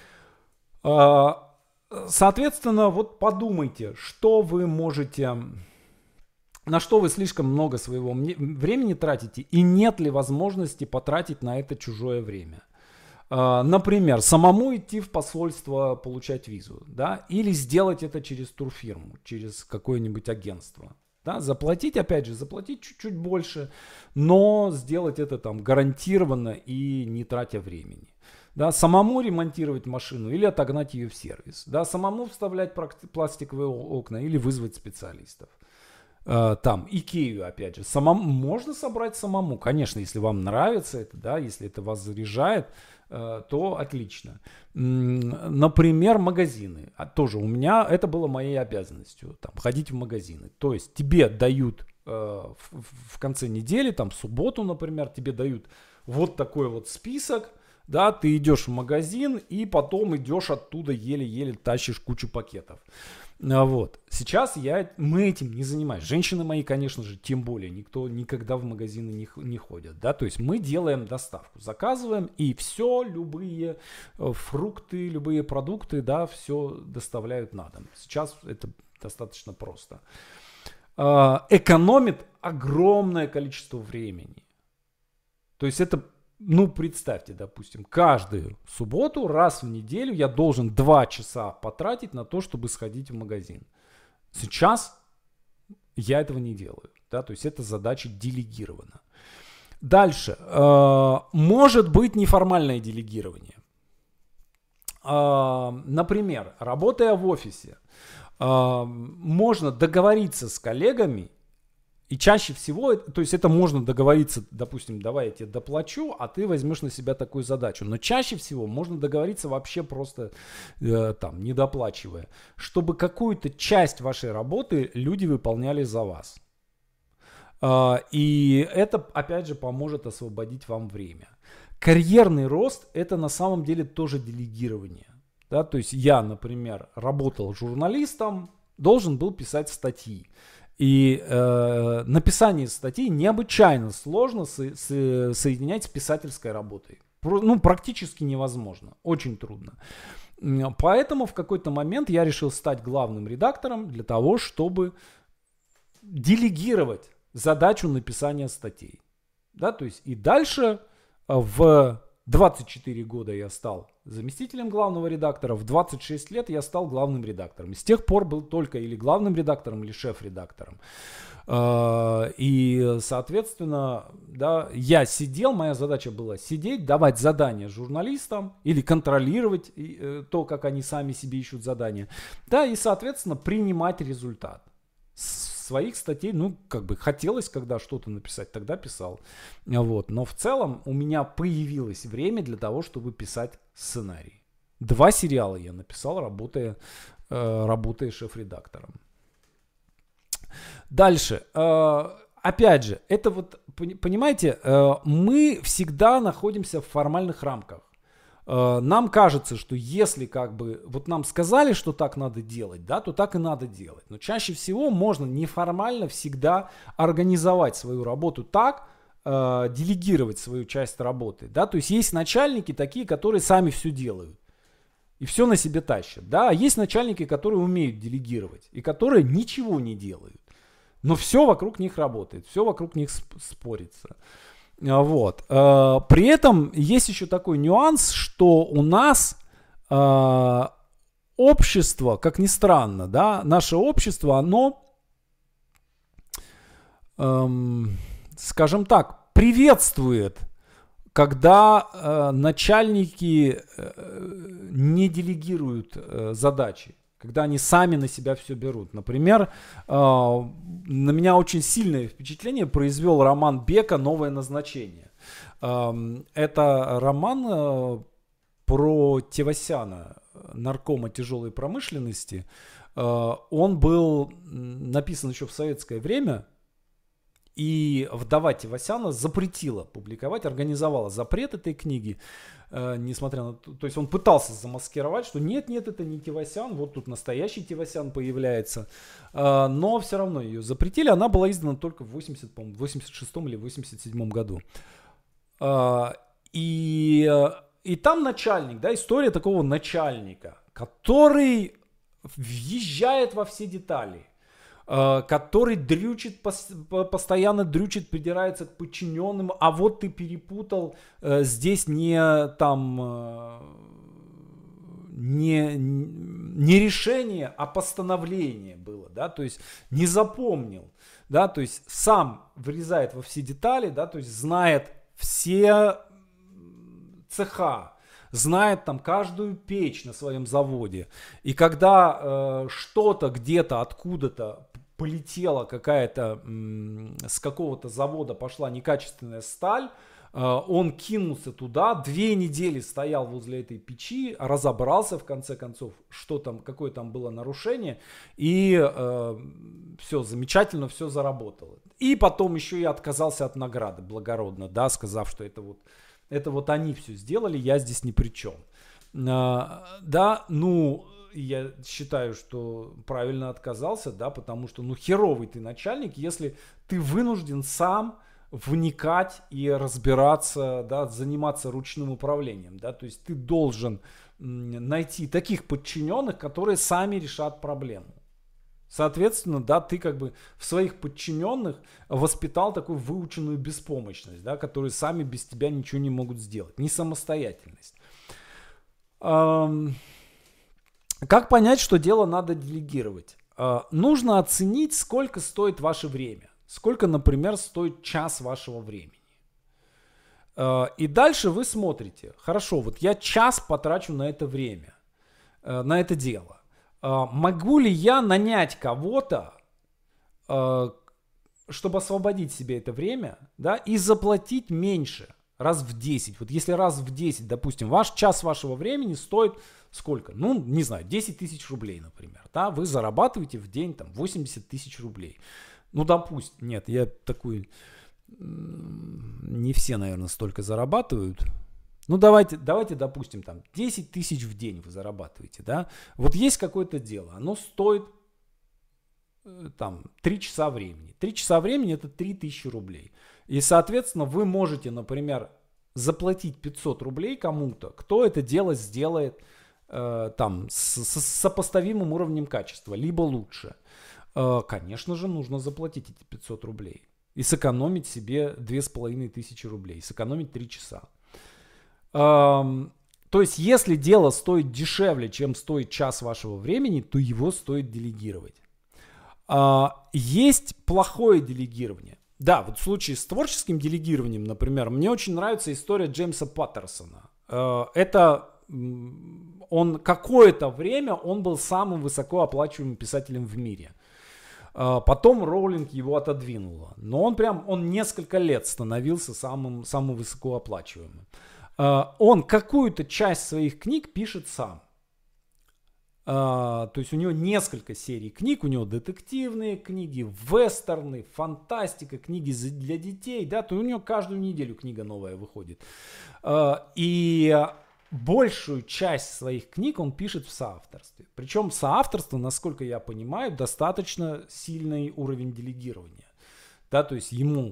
Соответственно, вот подумайте, что вы можете... На что вы слишком много своего времени тратите, и нет ли возможности потратить на это чужое время. Например, самому идти в посольство получать визу, да, или сделать это через турфирму, через какое-нибудь агентство. Да, заплатить, опять же, заплатить чуть-чуть больше, но сделать это там гарантированно и не тратя времени. Да, самому ремонтировать машину или отогнать ее в сервис. Да, самому вставлять пластиковые окна или вызвать специалистов. Там, Икею, опять же, самому, можно собрать самому, конечно, если вам нравится это, да, если это вас заряжает, то отлично. Например, магазины, а тоже у меня, это было моей обязанностью, там, ходить в магазины, то есть тебе дают э, в, в конце недели, там, в субботу, например, тебе дают вот такой вот список, да, ты идешь в магазин и потом идешь оттуда еле-еле тащишь кучу пакетов. Вот. Сейчас я, мы этим не занимаемся. Женщины мои, конечно же, тем более, никто никогда в магазины не, не ходят. Да? То есть мы делаем доставку, заказываем, и все, любые фрукты, любые продукты, да, все доставляют на дом. Сейчас это достаточно просто. Экономит огромное количество времени. То есть это... Ну, представьте, допустим, каждую субботу раз в неделю я должен два часа потратить на то, чтобы сходить в магазин. Сейчас я этого не делаю. Да, то есть эта задача делегирована. Дальше. Э, может быть неформальное делегирование. Э, например, работая в офисе, э, можно договориться с коллегами. И чаще всего, то есть это можно договориться, допустим, давай я тебе доплачу, а ты возьмешь на себя такую задачу. Но чаще всего можно договориться вообще просто э, там, не доплачивая, чтобы какую-то часть вашей работы люди выполняли за вас. Э, и это, опять же, поможет освободить вам время. Карьерный рост – это на самом деле тоже делегирование. Да? То есть я, например, работал журналистом, должен был писать статьи. И э, написание статей необычайно сложно со- со- соединять с писательской работой. Про, ну, практически невозможно. Очень трудно. Поэтому в какой-то момент я решил стать главным редактором для того, чтобы делегировать задачу написания статей. Да, то есть и дальше в двадцать четыре года я стал заместителем главного редактора, в двадцать шесть лет я стал главным редактором. И с тех пор был только или главным редактором, или шеф-редактором. И, соответственно, да, я сидел, моя задача была сидеть, давать задания журналистам или контролировать то, как они сами себе ищут задания. Да, и, соответственно, принимать результат своих статей. Ну, как бы хотелось, когда что-то написать, тогда писал. Вот. Но в целом у меня появилось время для того, чтобы писать сценарий. Два сериала я написал, работая, работая шеф-редактором. Дальше. Опять же, это вот, понимаете, мы всегда находимся в формальных рамках. Нам кажется, что если как бы вот нам сказали, что так надо делать, да, то так и надо делать. Но чаще всего можно неформально всегда организовать свою работу так, э, делегировать свою часть работы, да. То есть есть начальники такие, которые сами все делают. И все на себе тащат. Да? А есть начальники, которые умеют делегировать. И которые ничего не делают. Но все вокруг них работает. Все вокруг них сп- спорится. Вот. При этом есть еще такой нюанс, что у нас общество, как ни странно, да, наше общество, оно, эм, скажем так, приветствует, когда э, начальники э, не делегируют э, задачи, когда они сами на себя все берут. Например, э, на меня очень сильное впечатление произвел роман Бека «Новое назначение». Э, это роман э, про Тевасяна, наркома тяжелой промышленности. Э, он был написан еще в советское время. И вдова Тевасяна запретила публиковать, организовала запрет этой книги, э, несмотря на то, то есть он пытался замаскировать, что нет, нет, это не Тевасян, вот тут настоящий Тевасян появляется, э, но все равно ее запретили, она была издана только в восемьдесят, по-моему, восемьдесят шестом или восемьдесят седьмом году. Э, и, и там начальник, да, история такого начальника, который въезжает во все детали, который дрючит, постоянно дрючит, придирается к подчиненным, а вот ты перепутал, здесь не там не, не решение, а постановление было, да, то есть не запомнил, да, то есть сам врезает во все детали, да, то есть знает все цеха, знает там каждую печь на своем заводе. И когда э, что-то где-то, откуда-то полетела какая-то, м, с какого-то завода пошла некачественная сталь, э, он кинулся туда, две недели стоял возле этой печи, разобрался в конце концов, что там, какое там было нарушение, и э, все замечательно, все заработало. И потом еще и отказался от награды благородно, да, сказав, что это вот Это вот они все сделали, я здесь ни при чем. А, да, ну, я считаю, что правильно отказался, да, потому что, ну, херовый ты начальник, если ты вынужден сам вникать и разбираться, да, заниматься ручным управлением, да, то есть ты должен найти таких подчиненных, которые сами решат проблему. Соответственно, да, ты как бы в своих подчиненных воспитал такую выученную беспомощность, да, которые сами без тебя ничего не могут сделать, не самостоятельность. Эм, как понять, что дело надо делегировать? Э, нужно оценить, сколько стоит ваше время, сколько, например, стоит час вашего времени. Э, и дальше вы смотрите, хорошо, вот я час потрачу на это время, э, на это дело. Могу ли я нанять кого-то, чтобы освободить себе это время, да, и заплатить меньше, раз в десять. Вот если раз в десять, допустим, ваш час вашего времени стоит сколько? Ну, не знаю, десять тысяч рублей, например. Да, вы зарабатываете в день там восемьдесят тысяч рублей. Ну, допустим, нет, я такой, не все, наверное, столько зарабатывают. Ну, давайте, давайте, допустим, там десять тысяч в день вы зарабатываете, да. Вот есть какое-то дело, оно стоит там три часа времени. три часа времени это три тысячи рублей. И, соответственно, вы можете, например, заплатить пятьсот рублей кому-то, кто это дело сделает э, там с, с сопоставимым уровнем качества, либо лучше. Э, конечно же, нужно заплатить эти пятьсот рублей и сэкономить себе две с половиной тысячи рублей, сэкономить три часа. То есть, если дело стоит дешевле, чем стоит час вашего времени, то его стоит делегировать. Есть плохое делегирование. Да, вот в случае с творческим делегированием, например, мне очень нравится история Джеймса Паттерсона. Это он какое-то время он был самым высокооплачиваемым писателем в мире. Потом Роулинг его отодвинула. Но он прям, он несколько лет становился самым, самым высокооплачиваемым. Он какую-то часть своих книг пишет сам. То есть у него несколько серий книг, у него детективные книги, вестерны, фантастика, книги для детей, да, то у него каждую неделю книга новая выходит. И большую часть своих книг он пишет в соавторстве. Причем соавторство, насколько я понимаю, достаточно сильный уровень делегирования. Да, то есть ему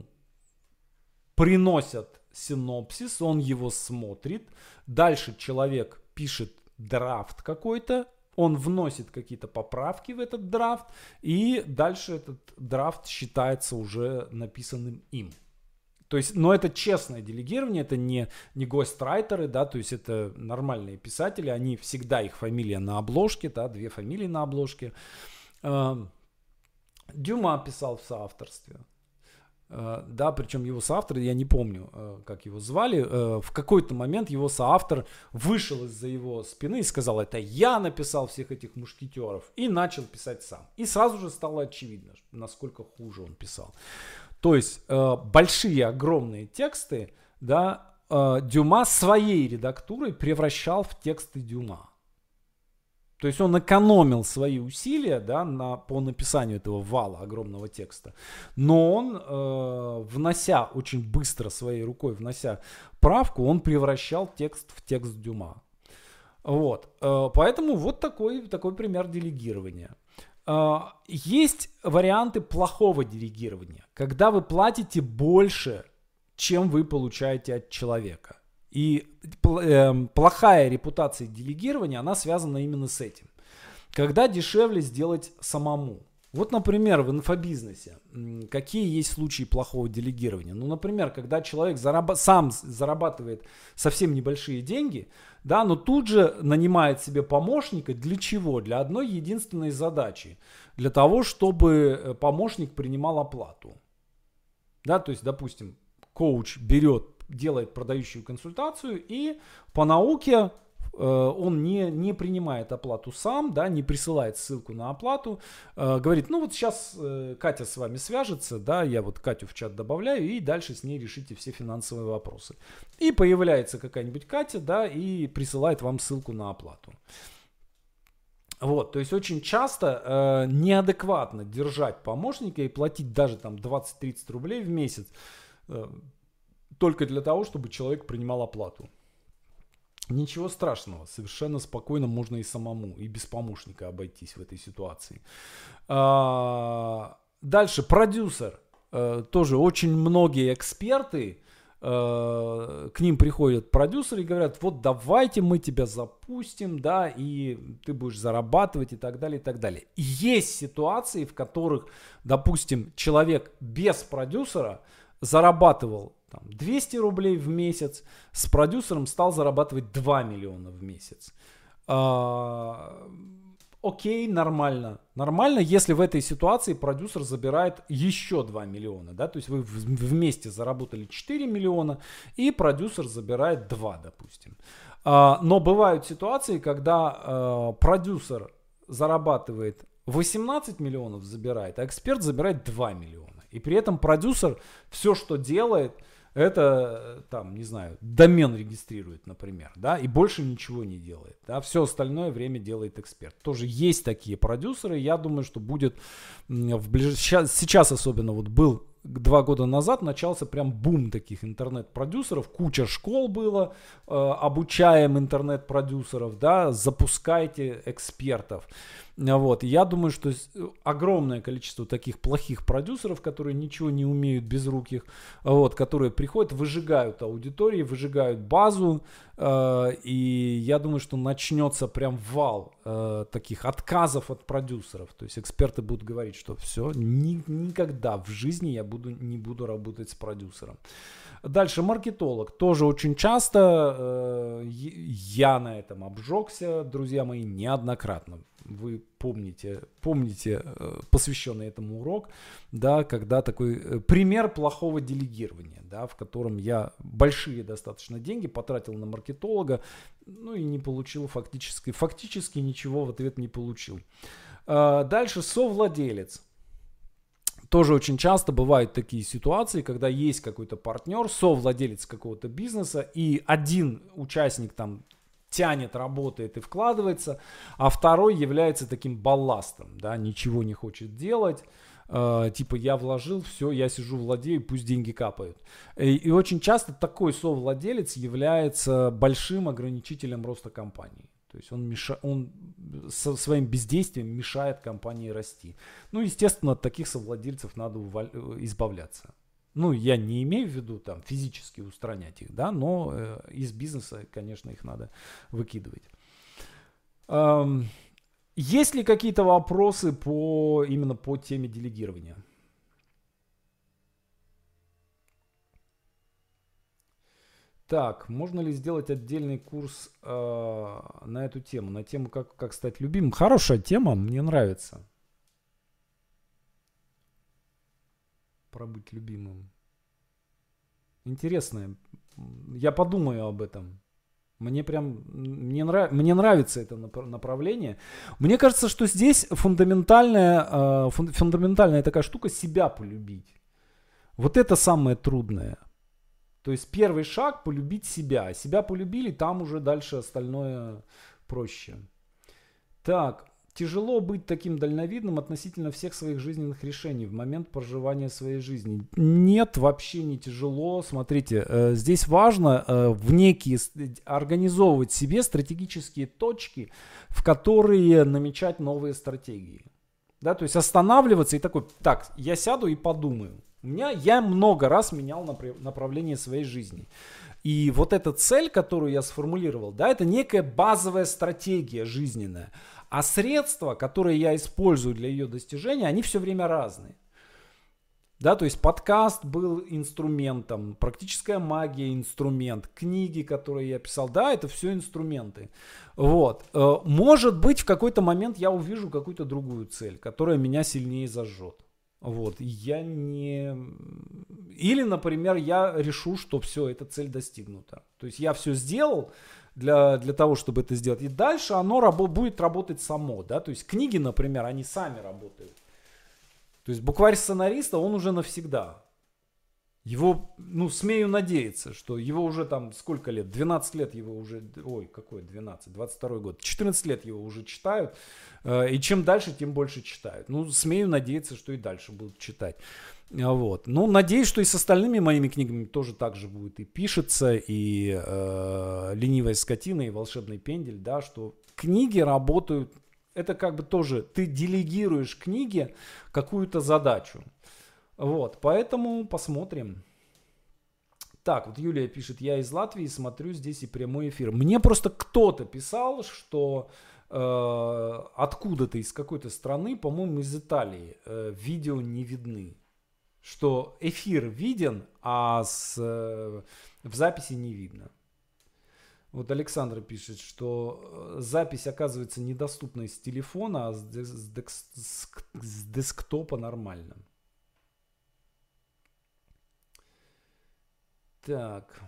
приносят синопсис, он его смотрит, дальше человек пишет драфт какой-то, он вносит какие-то поправки в этот драфт, и дальше этот драфт считается уже написанным им. То есть, но это честное делегирование, это не, не гострайтеры, да, то есть это нормальные писатели, они всегда, их фамилия на обложке, да, две фамилии на обложке. Дюма писал в соавторстве. Да, причем его соавтор, я не помню, как его звали, в какой-то момент его соавтор вышел из-за его спины и сказал: это я написал всех этих мушкетеров, и начал писать сам. И сразу же стало очевидно, насколько хуже он писал. То есть большие, огромные тексты, да, Дюма своей редактурой превращал в тексты Дюма. То есть он экономил свои усилия, да, на, по написанию этого вала огромного текста. Но он, э, внося очень быстро своей рукой, внося правку, он превращал текст в текст Дюма. Вот. Э, поэтому вот такой, такой пример делегирования. Э, есть варианты плохого делегирования, когда вы платите больше, чем вы получаете от человека. И э, плохая репутация делегирования, она связана именно с этим. Когда дешевле сделать самому. Вот, например, в инфобизнесе какие есть случаи плохого делегирования? Ну, например, когда человек зараба- сам зарабатывает совсем небольшие деньги, да, но тут же нанимает себе помощника. Для чего? Для одной единственной задачи. Для того, чтобы помощник принимал оплату. Да, то есть, допустим, коуч берет, делает продающую консультацию, и по науке э, он не, не принимает оплату сам, да, не присылает ссылку на оплату, э, говорит: ну вот сейчас э, Катя с вами свяжется, да, я вот Катю в чат добавляю, и дальше с ней решите все финансовые вопросы. И появляется какая-нибудь Катя, да, и присылает вам ссылку на оплату. Вот, то есть очень часто э, неадекватно держать помощника и платить даже там двадцать-тридцать рублей в месяц, э, только для того, чтобы человек принимал оплату. Ничего страшного, совершенно спокойно можно и самому, и без помощника обойтись в этой ситуации. А, дальше, продюсер. А, тоже очень многие эксперты, а, к ним приходят продюсеры и говорят: вот давайте мы тебя запустим, да, и ты будешь зарабатывать, и так далее, и так далее. И есть ситуации, в которых, допустим, человек без продюсера зарабатывал там двести рублей в месяц, с продюсером стал зарабатывать два миллиона в месяц. А, окей, нормально. Нормально, если в этой ситуации продюсер забирает еще два миллиона. Да? То есть вы вместе заработали четыре миллиона, и продюсер забирает два, допустим. А, но бывают ситуации, когда а, продюсер зарабатывает восемнадцать миллионов, забирает, а эксперт забирает два миллиона. И при этом продюсер все, что делает, это, там, не знаю, домен регистрирует, например, да, и больше ничего не делает. Да, все остальное время делает эксперт. Тоже есть такие продюсеры. Я думаю, что будет в ближ... сейчас, сейчас особенно вот был два года назад, начался прям бум таких интернет-продюсеров. Куча школ было, э, обучаем интернет-продюсеров, да, запускайте экспертов. Вот. Я думаю, что огромное количество таких плохих продюсеров, которые ничего не умеют, безруких, вот, которые приходят, выжигают аудитории, выжигают базу, э, и я думаю, что начнется прям вал э, таких отказов от продюсеров. То есть эксперты будут говорить, что все, ни, никогда в жизни я буду, не буду работать с продюсером. Дальше маркетолог. Тоже очень часто э, я на этом обжегся, друзья мои, неоднократно. Вы помните, помните э, посвященный этому урок, да, когда такой э, пример плохого делегирования, да, в котором я большие достаточно деньги потратил на маркетолога, ну и не получил фактически, фактически ничего в ответ не получил. Э, дальше совладелец. Тоже очень часто бывают такие ситуации, когда есть какой-то партнер, совладелец какого-то бизнеса, и один участник там тянет, работает и вкладывается, а второй является таким балластом, да, ничего не хочет делать, э, типа я вложил, все, я сижу, владею, пусть деньги капают. И, и очень часто такой совладелец является большим ограничителем роста компании. То есть он, меша... он со своим бездействием мешает компании расти. Ну, естественно, от таких совладельцев надо уваль... избавляться. Ну, я не имею в виду там физически устранять их, да, но э, из бизнеса, конечно, их надо выкидывать. Эм, есть ли какие-то вопросы по, именно по теме делегирования? Так, можно ли сделать отдельный курс э, на эту тему, на тему как, как стать любимым? Хорошая тема, мне нравится. Про быть любимым. Интересная. Я подумаю об этом. Мне прям, мне, нрав, мне нравится это направление. Мне кажется, что здесь фундаментальная, э, фун, фундаментальная такая штука себя полюбить. Вот это самое трудное. То есть первый шаг полюбить себя. Себя полюбили, там уже дальше остальное проще. Так, тяжело быть таким дальновидным относительно всех своих жизненных решений в момент проживания своей жизни. Нет, вообще не тяжело. Смотрите, э, здесь важно э, в некие организовывать себе стратегические точки, в которые намечать новые стратегии. Да, то есть останавливаться и такой, так, я сяду и подумаю. У меня, я много раз менял направление своей жизни. И вот эта цель, которую я сформулировал, да, это некая базовая стратегия жизненная. А средства, которые я использую для ее достижения, они все время разные. Да, то есть подкаст был инструментом, практическая магия инструмент, книги, которые я писал, да, это все инструменты. Вот. Может быть, в какой-то момент я увижу какую-то другую цель, которая меня сильнее зажжет. Вот, я не... Или, например, я решу, что все, эта цель достигнута. То есть я все сделал для, для того, чтобы это сделать. И дальше оно рабо- будет работать само. Да? То есть книги, например, они сами работают. То есть букварь сценариста, он уже навсегда. Его, ну, смею надеяться, что его уже там сколько лет? двенадцать лет его уже, ой, какой двенадцать, двадцать второй год. четырнадцать лет его уже читают. И чем дальше, тем больше читают. Ну, смею надеяться, что и дальше будут читать. Вот. Ну, надеюсь, что и с остальными моими книгами тоже так же будет и пишется, и э, «Ленивая скотина», и «Волшебный пендель», да, что книги работают, это как бы тоже, ты делегируешь книге какую-то задачу. Вот, поэтому посмотрим. Так, вот Юлия пишет, я из Латвии, смотрю здесь и прямой эфир. Мне просто кто-то писал, что э, откуда-то из какой-то страны, по-моему, из Италии, э, видео не видны. Что эфир виден, а с, э, в записи не видно. Вот Александра пишет, что запись оказывается недоступна с телефона, а с, с, с, с десктопа нормально. Так.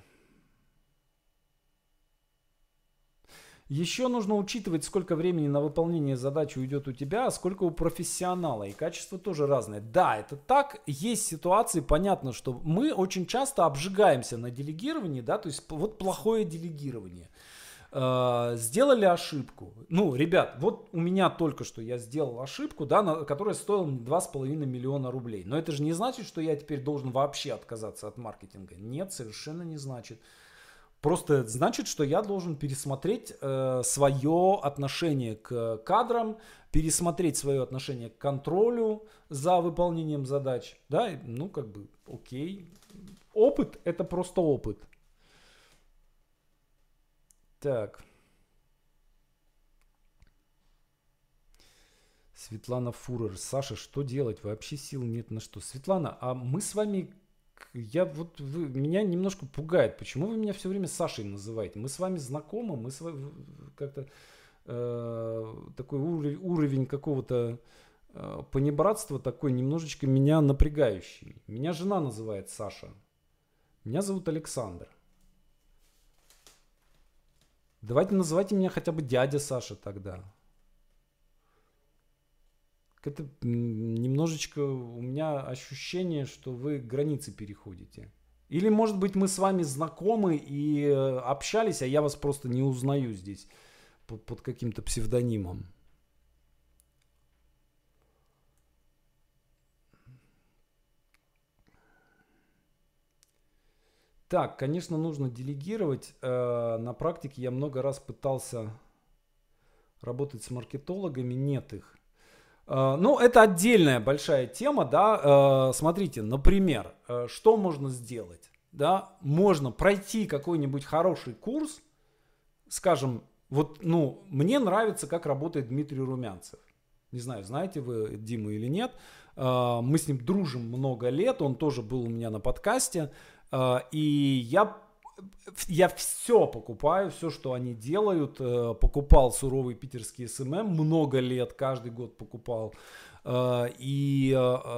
Еще нужно учитывать, сколько времени на выполнение задачи уйдет у тебя, а сколько у профессионала. И качество тоже разное. Да, это так. Есть ситуации, понятно, что мы очень часто обжигаемся на делегировании, да, то есть вот плохое делегирование. Сделали ошибку. Ну, ребят, вот у меня только что я сделал ошибку, да, на, которая стоила два с половиной миллиона рублей. Но это же не значит, что я теперь должен вообще отказаться от маркетинга. Нет, совершенно не значит. Просто значит, что я должен пересмотреть э, свое отношение к кадрам, пересмотреть свое отношение к контролю за выполнением задач. Да, ну как бы, окей. Опыт — это просто опыт. Так. Светлана Фурер. Саша, что делать? Вообще сил нет на что. Светлана, а мы с вами... Я вот... Вы, меня немножко пугает. Почему вы меня все время Сашей называете? Мы с вами знакомы, мы с вами как-то... Э, такой уровень, уровень какого-то э, понебратства такой немножечко меня напрягающий. Меня жена называет Саша. Меня зовут Александр. Давайте называйте меня хотя бы дядя Саша тогда. Это немножечко у меня ощущение, что вы границы переходите. Или, может быть, мы с вами знакомы и общались, а я вас просто не узнаю здесь под, под каким-то псевдонимом. Так, конечно, нужно делегировать. На практике я много раз пытался работать с маркетологами, нет их. Ну, это отдельная большая тема, да. Смотрите, например, что можно сделать? Да? Можно пройти какой-нибудь хороший курс, скажем, Вот, ну, мне нравится, как работает Дмитрий Румянцев. Не знаю, знаете вы Диму или нет. Мы с ним дружим много лет, он тоже был у меня на подкасте. И я, я все покупаю, все, что они делают. Покупал суровый питерский эс эм эм много лет, каждый год покупал. И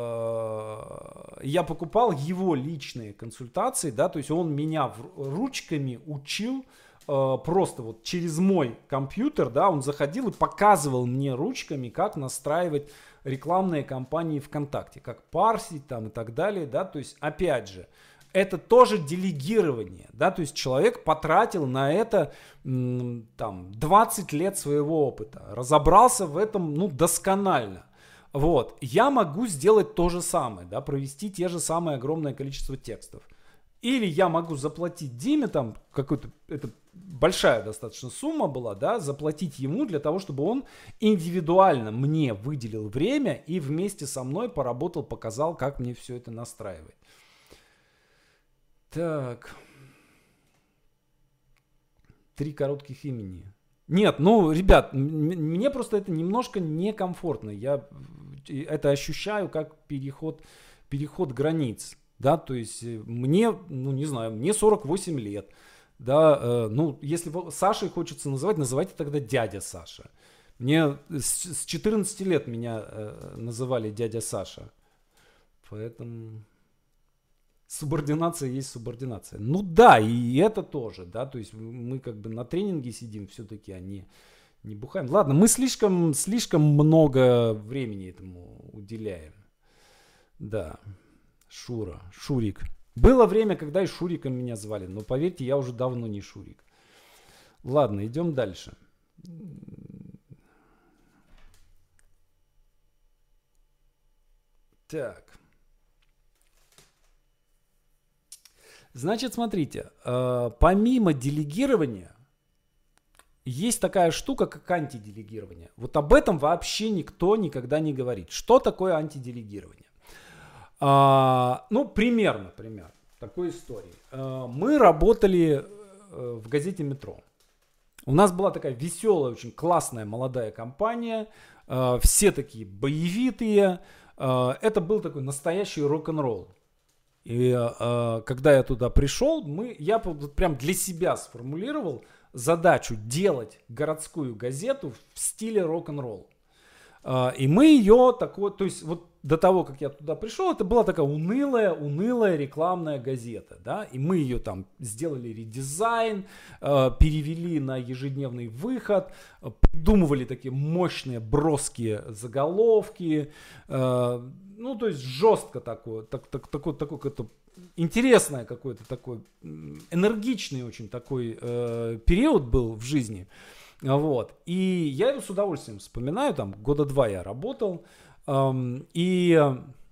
я покупал его личные консультации, да, то есть он меня ручками учил. Просто вот через мой компьютер, да, он заходил и показывал мне ручками, как настраивать рекламные кампании ВКонтакте, как парсить там и так далее, да, то есть опять же, это тоже делегирование, да, то есть человек потратил на это там двадцать лет своего опыта, разобрался в этом, ну, досконально. Вот, я могу сделать то же самое, да, провести те же самые огромное количество текстов. Или я могу заплатить Диме, там, какой-то, это большая достаточно сумма была, да, заплатить ему для того, чтобы он индивидуально мне выделил время и вместе со мной поработал, показал, как мне все это настраивать. Так. Три коротких имени. Нет, ну, ребят, мне просто это немножко некомфортно. Я это ощущаю как переход, переход границ. Да, то есть мне, ну не знаю, мне сорок восемь лет, да, э, ну если Сашей хочется называть, называйте тогда дядя Саша. Мне с, с четырнадцати лет меня э, называли дядя Саша, поэтому субординация есть субординация. Ну да, и это тоже, да, то есть мы как бы на тренинге сидим все-таки, а не, не бухаем. Ладно, мы слишком, слишком много времени этому уделяем, да. Шура, Шурик. Было время, когда и Шуриком меня звали, но поверьте, я уже давно не Шурик. Ладно, идем дальше. Так. Значит, смотрите, э, помимо делегирования есть такая штука, как антиделегирование. Вот об этом вообще никто никогда не говорит. Что такое антиделегирование? А, ну, примерно, пример такой истории. А, мы работали в газете «Метро». У нас была такая веселая, очень классная молодая компания. А, все такие боевитые. А, это был такой настоящий рок-н-ролл. И а, когда я туда пришел, мы, я прям для себя сформулировал задачу делать городскую газету в стиле рок-н-ролл. А, и мы ее такой, то есть вот до того, как я туда пришел, это была такая унылая, унылая рекламная газета, да, и мы ее там сделали редизайн, э, перевели на ежедневный выход, э, придумывали такие мощные броские заголовки, э, ну, то есть жестко такое, так, так, такое, такое какое-то интересное какой-то такой, энергичный очень такой э, период был в жизни, вот, и я его с удовольствием вспоминаю, там, года два я работал. И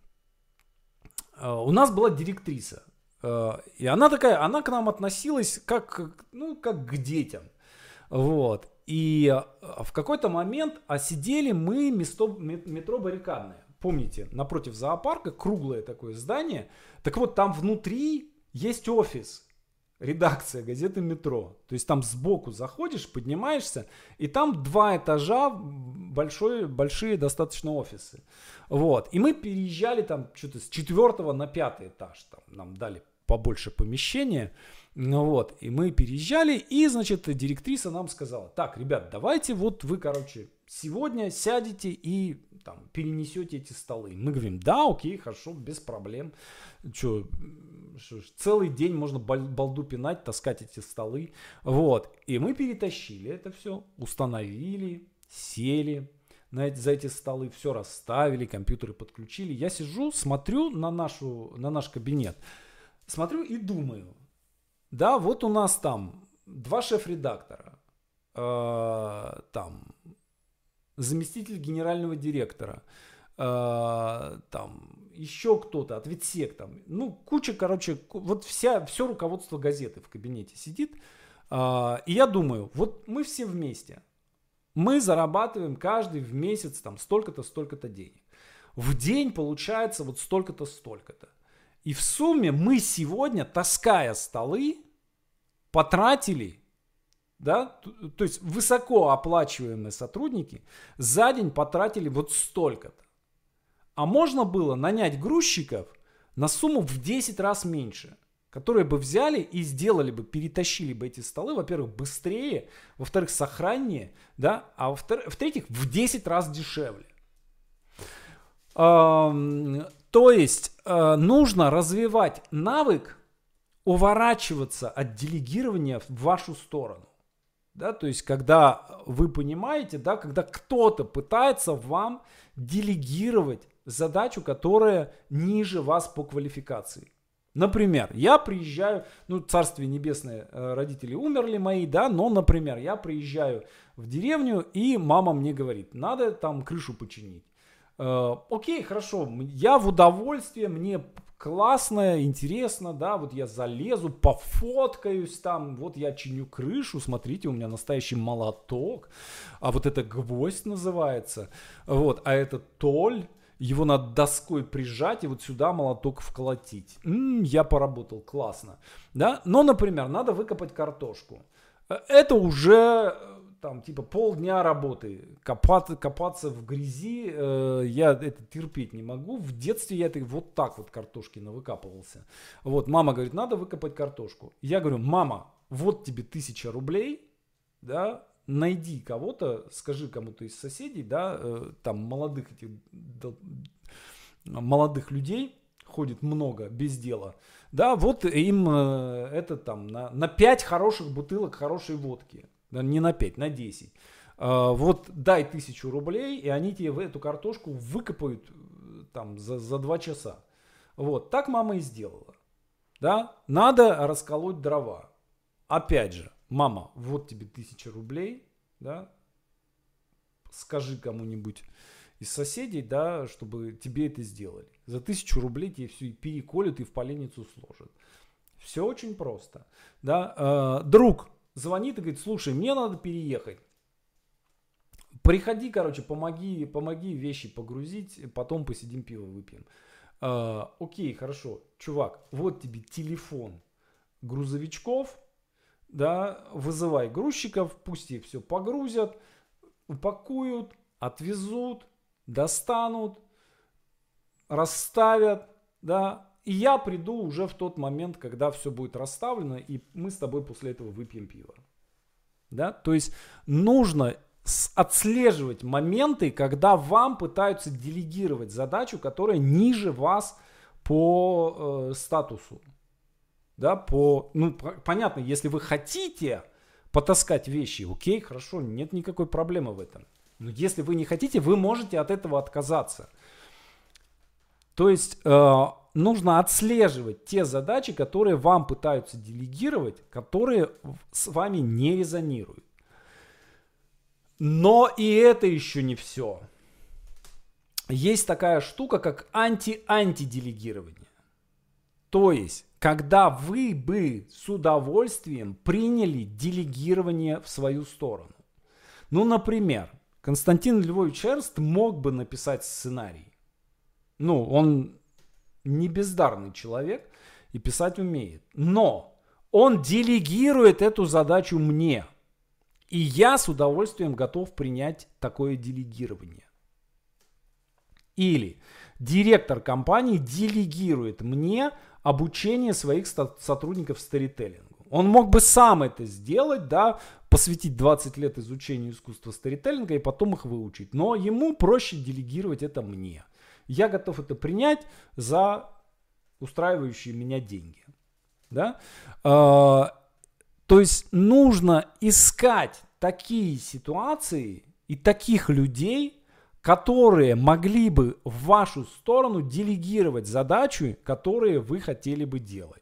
у нас была директриса, и она такая, она к нам относилась как, ну, как к детям, вот. И в какой-то момент, а сидели мы место, метро Баррикадное, помните, напротив зоопарка, круглое такое здание, так вот там внутри есть офис. Редакция газеты «Метро». То есть там сбоку заходишь, поднимаешься, и там два этажа, большой, большие достаточно офисы. Вот. И мы переезжали там что-то с четвертого на пятый этаж. Там нам дали побольше помещения. Ну вот. И мы переезжали, и, значит, директриса нам сказала: так, ребят, давайте вот вы, короче, сегодня сядете и там перенесете эти столы. Мы говорим: да, окей, хорошо, без проблем. Че, целый день можно балду пинать, таскать эти столы. Вот. И мы перетащили это все, установили, сели на эти, за эти столы, все расставили, компьютеры подключили. Я сижу, смотрю на, нашу, на наш кабинет, смотрю и думаю: да, вот у нас там два шеф-редактора, э, там заместитель генерального директора, э, там еще кто-то, ответсек там, ну, куча, короче, вот вся, все руководство газеты в кабинете сидит, э, и я думаю, вот мы все вместе, мы зарабатываем каждый в месяц там столько-то, столько-то денег. В день получается вот столько-то, столько-то. И в сумме мы сегодня, таская столы, потратили Да? То есть высокооплачиваемые сотрудники за день потратили вот столько-то. А можно было нанять грузчиков на сумму в десять раз меньше, которые бы взяли и сделали бы, перетащили бы эти столы, во-первых, быстрее, во-вторых, сохраннее, да, а в-третьих, в десять раз дешевле. То есть нужно развивать навык уворачиваться от делегирования в вашу сторону. Да, то есть, когда вы понимаете, да, когда кто-то пытается вам делегировать задачу, которая ниже вас по квалификации. Например, я приезжаю, ну, царствие небесное, родители умерли мои, да, но, например, я приезжаю в деревню, и мама мне говорит, надо там крышу починить. Э, окей, хорошо, я в удовольствие, мне классно, интересно, да, вот я залезу, пофоткаюсь там, вот я чиню крышу, смотрите, у меня настоящий молоток, а вот это гвоздь называется, вот, а это толь, его надо доской прижать и вот сюда молоток вколотить. М-м, я поработал, классно, да, но, например, надо выкопать картошку, это уже... Там типа полдня работы, копаться, копаться в грязи, э, я это терпеть не могу. В детстве я это вот так вот картошки навыкапывался. Вот, мама говорит, надо выкопать картошку. Я говорю, мама, вот тебе тысяча рублей, да, найди кого-то, скажи кому-то из соседей, да, э, там молодых этих, да, молодых людей ходит много без дела, да, вот им э, это там на, на пять хороших бутылок хорошей водки. Не на пять, на десять. А, вот дай тысячу рублей, и они тебе эту картошку выкопают там за, за два часа. Вот, так мама и сделала. Да? Надо расколоть дрова. Опять же, мама, вот тебе тысяча рублей, да? Скажи кому-нибудь из соседей, да, чтобы тебе это сделали. За тысячу рублей тебе все переколют и в поленницу сложат. Все очень просто. Да? А, друг звонит и говорит, слушай, мне надо переехать. Приходи, короче, помоги, помоги вещи погрузить, потом посидим пиво выпьем. А, окей, хорошо, чувак, вот тебе телефон грузовичков, да, вызывай грузчиков, пусть их все погрузят, упакуют, отвезут, достанут, расставят, да. И я приду уже в тот момент, когда все будет расставлено, и мы с тобой после этого выпьем пиво. Да? То есть нужно отслеживать моменты, когда вам пытаются делегировать задачу, которая ниже вас по э, статусу. Да? По, ну, понятно, если вы хотите потаскать вещи, окей, хорошо, нет никакой проблемы в этом. Но если вы не хотите, вы можете от этого отказаться. То есть... Э, Нужно отслеживать те задачи, которые вам пытаются делегировать, которые с вами не резонируют. Но и это еще не все. Есть такая штука, как анти-антиделегирование. То есть, когда вы бы с удовольствием приняли делегирование в свою сторону. Ну, например, Константин Львович Эрнст мог бы написать сценарий. Ну, он... не бездарный человек и писать умеет. Но он делегирует эту задачу мне. И я с удовольствием готов принять такое делегирование. Или директор компании делегирует мне обучение своих сотрудников сторителлингу. Он мог бы сам это сделать, да, посвятить двадцать лет изучению искусства сторителлинга и потом их выучить. Но ему проще делегировать это мне. Я готов это принять за устраивающие меня деньги. Да? А, то есть нужно искать такие ситуации и таких людей, которые могли бы в вашу сторону делегировать задачи, которые вы хотели бы делать.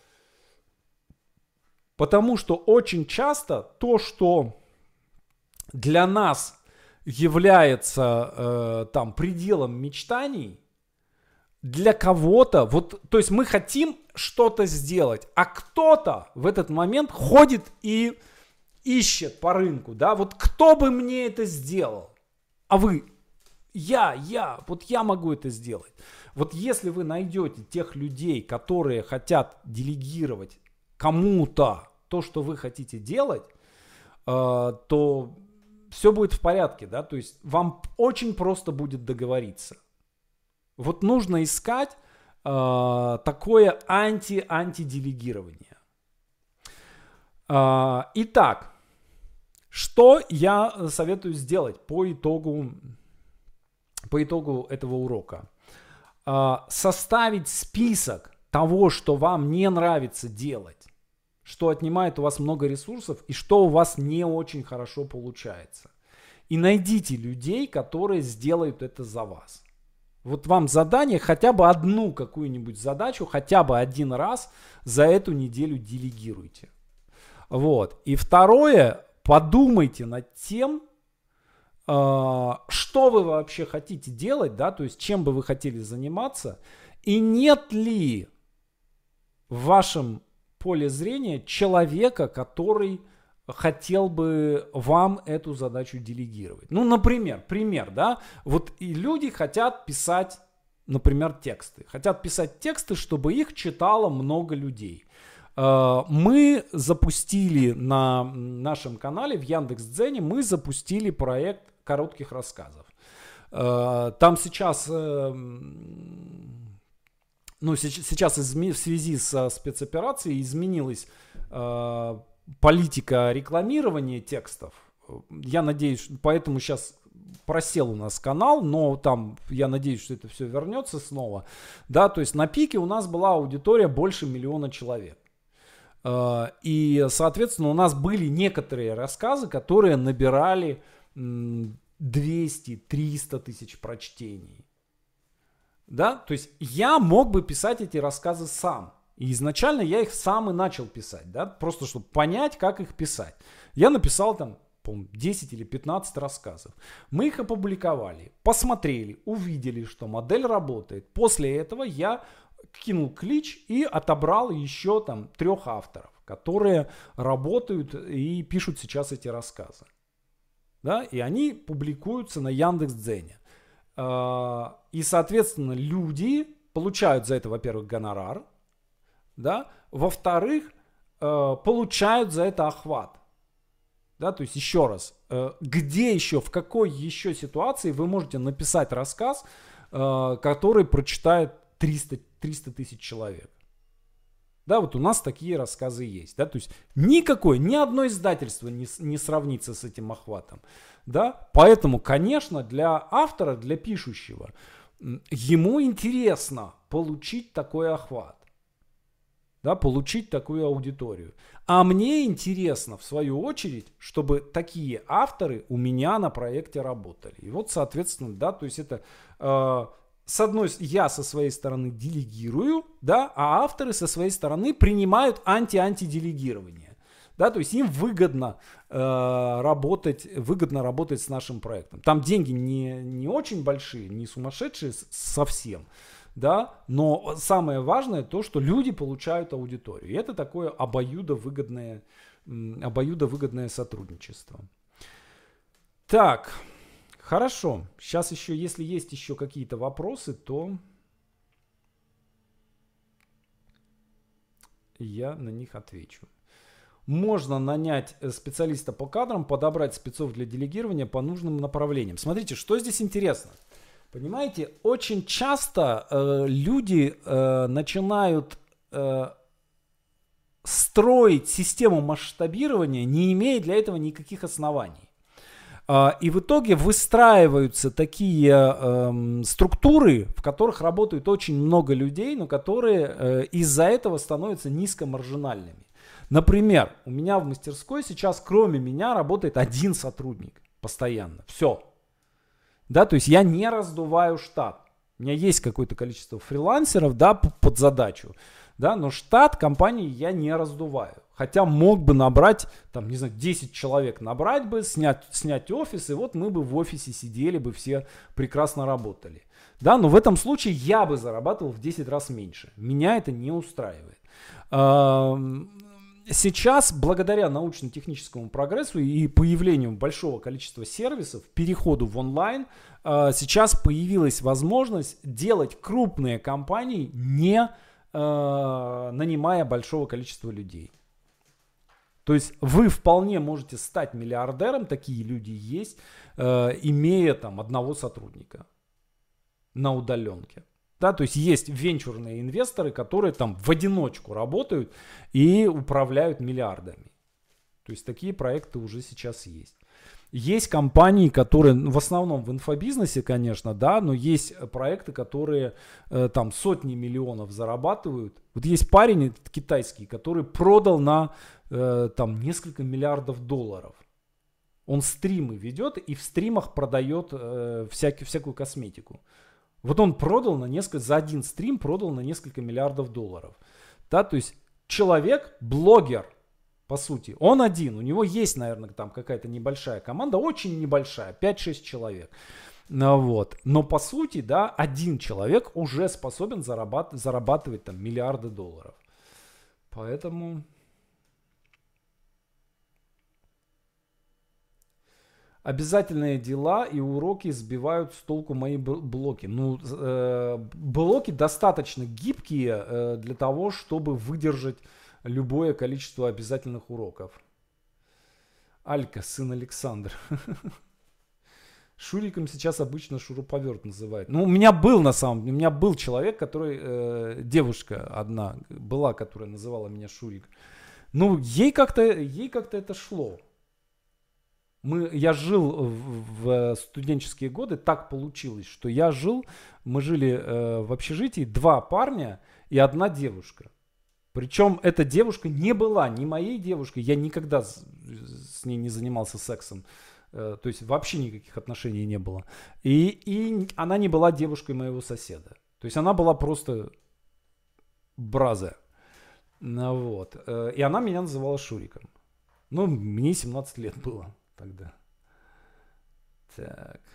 Потому что очень часто то, что для нас является э, там пределом мечтаний, для кого-то, вот, то есть мы хотим что-то сделать, а кто-то в этот момент ходит и ищет по рынку, да, вот кто бы мне это сделал, а вы, я, я, вот я могу это сделать. Вот если вы найдете тех людей, которые хотят делегировать кому-то то, что вы хотите делать, то все будет в порядке, да, то есть вам очень просто будет договориться. Вот нужно искать э, такое анти-антиделегирование. Э, итак, что я советую сделать по итогу, по итогу этого урока? Э, составить список того, что вам не нравится делать, что отнимает у вас много ресурсов и что у вас не очень хорошо получается. И найдите людей, которые сделают это за вас. Вот вам задание, хотя бы одну какую-нибудь задачу, хотя бы один раз за эту неделю делегируйте. Вот. И второе, подумайте над тем, э, что вы вообще хотите делать, да, то есть чем бы вы хотели заниматься, и нет ли в вашем поле зрения человека, который хотел бы вам эту задачу делегировать. Ну, например, пример, да, вот и люди хотят писать, например, тексты. Хотят писать тексты, чтобы их читало много людей. Мы запустили на нашем канале в Яндекс.Дзене, мы запустили проект коротких рассказов. Там сейчас, ну, сейчас в связи со спецоперацией изменилась политика рекламирования текстов. Я надеюсь, поэтому сейчас просел у нас канал, но там я надеюсь, что это все вернется снова. Да, то есть на пике у нас была аудитория больше миллиона человек. И, соответственно, у нас были некоторые рассказы, которые набирали двести-триста тысяч прочтений. Да, то есть я мог бы писать эти рассказы сам. И изначально я их сам и начал писать, да, просто чтобы понять, как их писать. Я написал там, по-моему, десять или пятнадцать рассказов. Мы их опубликовали, посмотрели, увидели, что модель работает. После этого я кинул клич и отобрал еще там трех авторов, которые работают и пишут сейчас эти рассказы. Да, и они публикуются на Яндекс.Дзене. И, соответственно, люди получают за это, во-первых, гонорар. Да? Во-вторых, э, получают за это охват. Да? То есть еще раз, э, где еще, в какой еще ситуации вы можете написать рассказ, э, который прочитает триста тысяч человек. Да, вот у нас такие рассказы есть. Да? То есть никакое, ни одно издательство не, не сравнится с этим охватом. Да? Поэтому, конечно, для автора, для пишущего, ему интересно получить такой охват. Да, получить такую аудиторию. А мне интересно, в свою очередь, чтобы такие авторы у меня на проекте работали. И вот, соответственно, да, то есть это э, с одной, я со своей стороны делегирую, да, а авторы со своей стороны принимают анти-антиделегирование. Да, то есть им выгодно, э, работать, выгодно работать с нашим проектом. Там деньги не, не очень большие, не сумасшедшие совсем. Да, но самое важное то, что люди получают аудиторию. И это такое обоюдовыгодное, обоюдовыгодное сотрудничество. Так, хорошо. Сейчас еще, если есть еще какие-то вопросы, то я на них отвечу. Можно нанять специалиста по кадрам, подобрать спецов для делегирования по нужным направлениям. Смотрите, что здесь интересно. Понимаете, очень часто э, люди э, начинают э, строить систему масштабирования, не имея для этого никаких оснований. Э, и в итоге выстраиваются такие э, структуры, в которых работает очень много людей, но которые э, из-за этого становятся низкомаржинальными. Например, у меня в мастерской сейчас кроме меня работает один сотрудник постоянно. Все. Да, то есть я не раздуваю штат. У меня есть какое-то количество фрилансеров, да, под задачу, да, но штат компании я не раздуваю. Хотя мог бы набрать, там, не знаю, десять человек набрать бы, снять, снять офис, и вот мы бы в офисе сидели бы, все прекрасно работали. Да, но в этом случае я бы зарабатывал в десять раз меньше. Меня это не устраивает. Сейчас, благодаря научно-техническому прогрессу и появлению большого количества сервисов, переходу в онлайн, сейчас появилась возможность делать крупные компании, не нанимая большого количества людей. То есть вы вполне можете стать миллиардером, такие люди есть, э, имея там одного сотрудника на удаленке. Да, то есть есть венчурные инвесторы, которые там в одиночку работают и управляют миллиардами. То есть такие проекты уже сейчас есть. Есть компании, которые, в основном в инфобизнесе, конечно, да, но есть проекты, которые э, там сотни миллионов зарабатывают. Вот есть парень китайский, который продал на э, там несколько миллиардов долларов. Он стримы ведет и в стримах продает э, всякий, всякую косметику. Вот он продал на несколько, за один стрим продал на несколько миллиардов долларов. Да, то есть человек, блогер, по сути, он один, у него есть, наверное, там какая-то небольшая команда, очень небольшая, пять-шесть человек. Ну, вот. Но по сути, да, один человек уже способен зарабатывать, зарабатывать там миллиарды долларов. Поэтому... Обязательные дела и уроки сбивают с толку мои блоки. Ну, э, блоки достаточно гибкие э, для того, чтобы выдержать любое количество обязательных уроков. Алька, сын Александр. Шуриком сейчас обычно шуруповерт называют. Ну, у меня был на самом деле, у меня был человек, который, э, девушка одна была, которая называла меня Шурик. Ну, ей как-то, ей как-то это шло. Мы, я жил в, в студенческие годы, так получилось, что я жил, мы жили э, в общежитии, два парня и одна девушка. Причем эта девушка не была ни моей девушкой, я никогда с, с ней не занимался сексом, э, то есть вообще никаких отношений не было. И, и она не была девушкой моего соседа, то есть она была просто браза. Ну, вот. э, и она меня называла Шуриком. Ну, мне семнадцать лет было. Тогда. Так.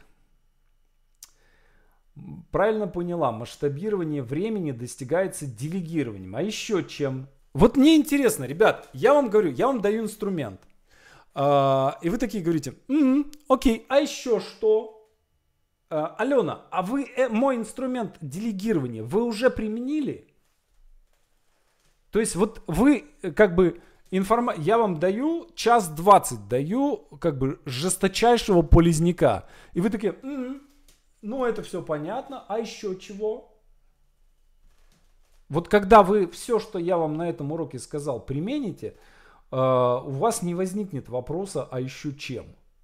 Правильно поняла. Масштабирование времени достигается делегированием. А еще чем? Вот мне интересно, ребят, я вам говорю, я вам даю инструмент. А, и вы такие говорите, м-м, окей, а еще что? А, Алена, а вы э, мой инструмент делегирования вы уже применили? То есть вот вы как бы... Информа... Я вам даю, час двадцать даю, как бы, жесточайшего полезняка. И вы такие, м-м, ну это все понятно, а еще чего? Вот когда вы все, что я вам на этом уроке сказал, примените, э, у вас не возникнет вопроса, а еще чем?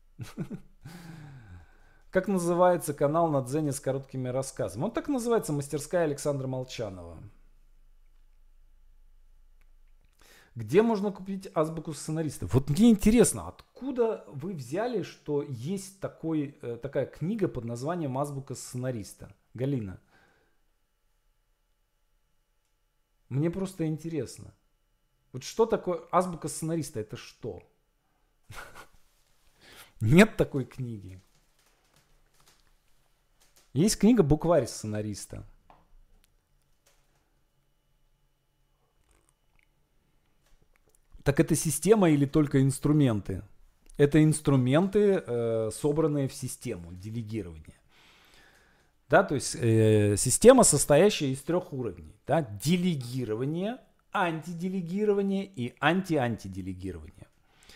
Как называется канал на Дзене с короткими рассказами? Он так называется, мастерская Александра Молчанова. Где можно купить азбуку сценаристов? Вот мне интересно, откуда вы взяли, что есть такой, э, такая книга под названием «Азбука сценариста»? Галина. Мне просто интересно. Вот что такое азбука сценариста? Это что? Нет такой книги. Есть книга «Букварь сценариста». Так это система или только инструменты? Это инструменты, э, собранные в систему делегирования. Да, то есть э, система, состоящая из трех уровней. Да? Делегирование, антиделегирование и анти-антиделегирование.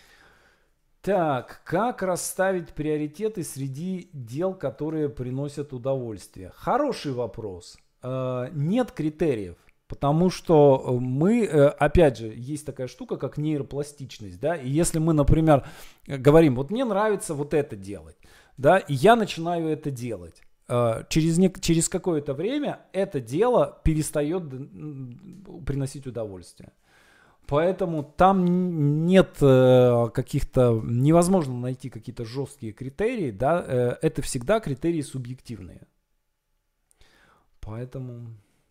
Так, как расставить приоритеты среди дел, которые приносят удовольствие? Хороший вопрос. Э, нет критериев. Потому что мы, опять же, есть такая штука, как нейропластичность, да, и если мы, например, говорим, вот мне нравится вот это делать, да, и я начинаю это делать, через, не, через какое-то время это дело перестает приносить удовольствие. Поэтому там нет каких-то, невозможно найти какие-то жесткие критерии, да, это всегда критерии субъективные. Поэтому...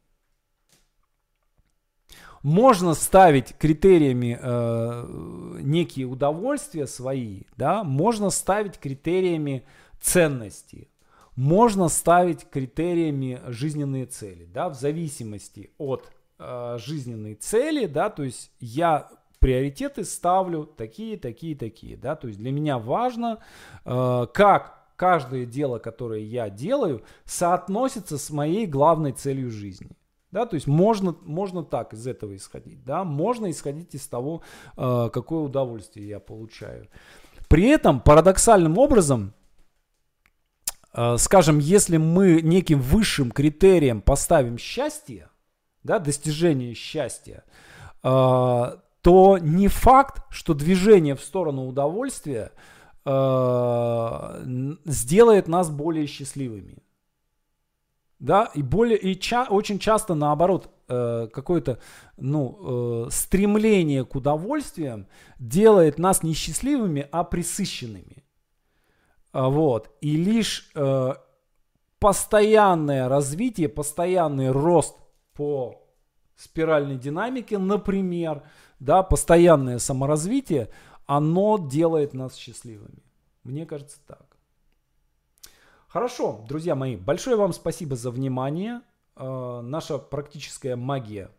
Можно ставить критериями э, некие удовольствия свои, да, можно ставить критериями ценности, можно ставить критериями жизненные цели, да, в зависимости от э, жизненной цели, да, то есть я приоритеты ставлю такие, такие, такие, да, то есть для меня важно, э, как каждое дело, которое я делаю, соотносится с моей главной целью жизни. Да, то есть можно, можно так из этого исходить. Да? Можно исходить из того, э, какое удовольствие я получаю. При этом парадоксальным образом, э, скажем, если мы неким высшим критерием поставим счастье, да, достижение счастья, э, то не факт, что движение в сторону удовольствия э, сделает нас более счастливыми. Да, и более и ча, очень часто наоборот э, какое-то ну, э, стремление к удовольствиям делает нас не счастливыми, а пресыщенными. А, вот. И лишь э, постоянное развитие, постоянный рост по спиральной динамике, например, да, постоянное саморазвитие, оно делает нас счастливыми. Мне кажется так. Хорошо, друзья мои, большое вам спасибо за внимание. Э, наша практическая магия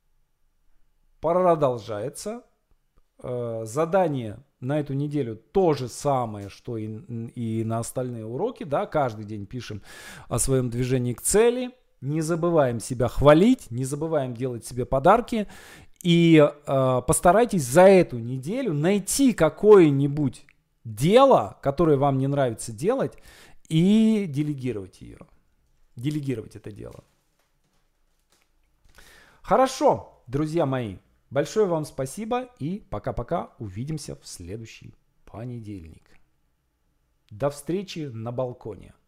продолжается. Э, задание на эту неделю то же самое, что и, и на остальные уроки. Да? Каждый день пишем о своем движении к цели. Не забываем себя хвалить, не забываем делать себе подарки. И э, постарайтесь за эту неделю найти какое-нибудь дело, которое вам не нравится делать, и делегировать ее. Делегировать это дело. Хорошо, друзья мои. Большое вам спасибо и пока-пока. Увидимся в следующий понедельник. До встречи на балконе.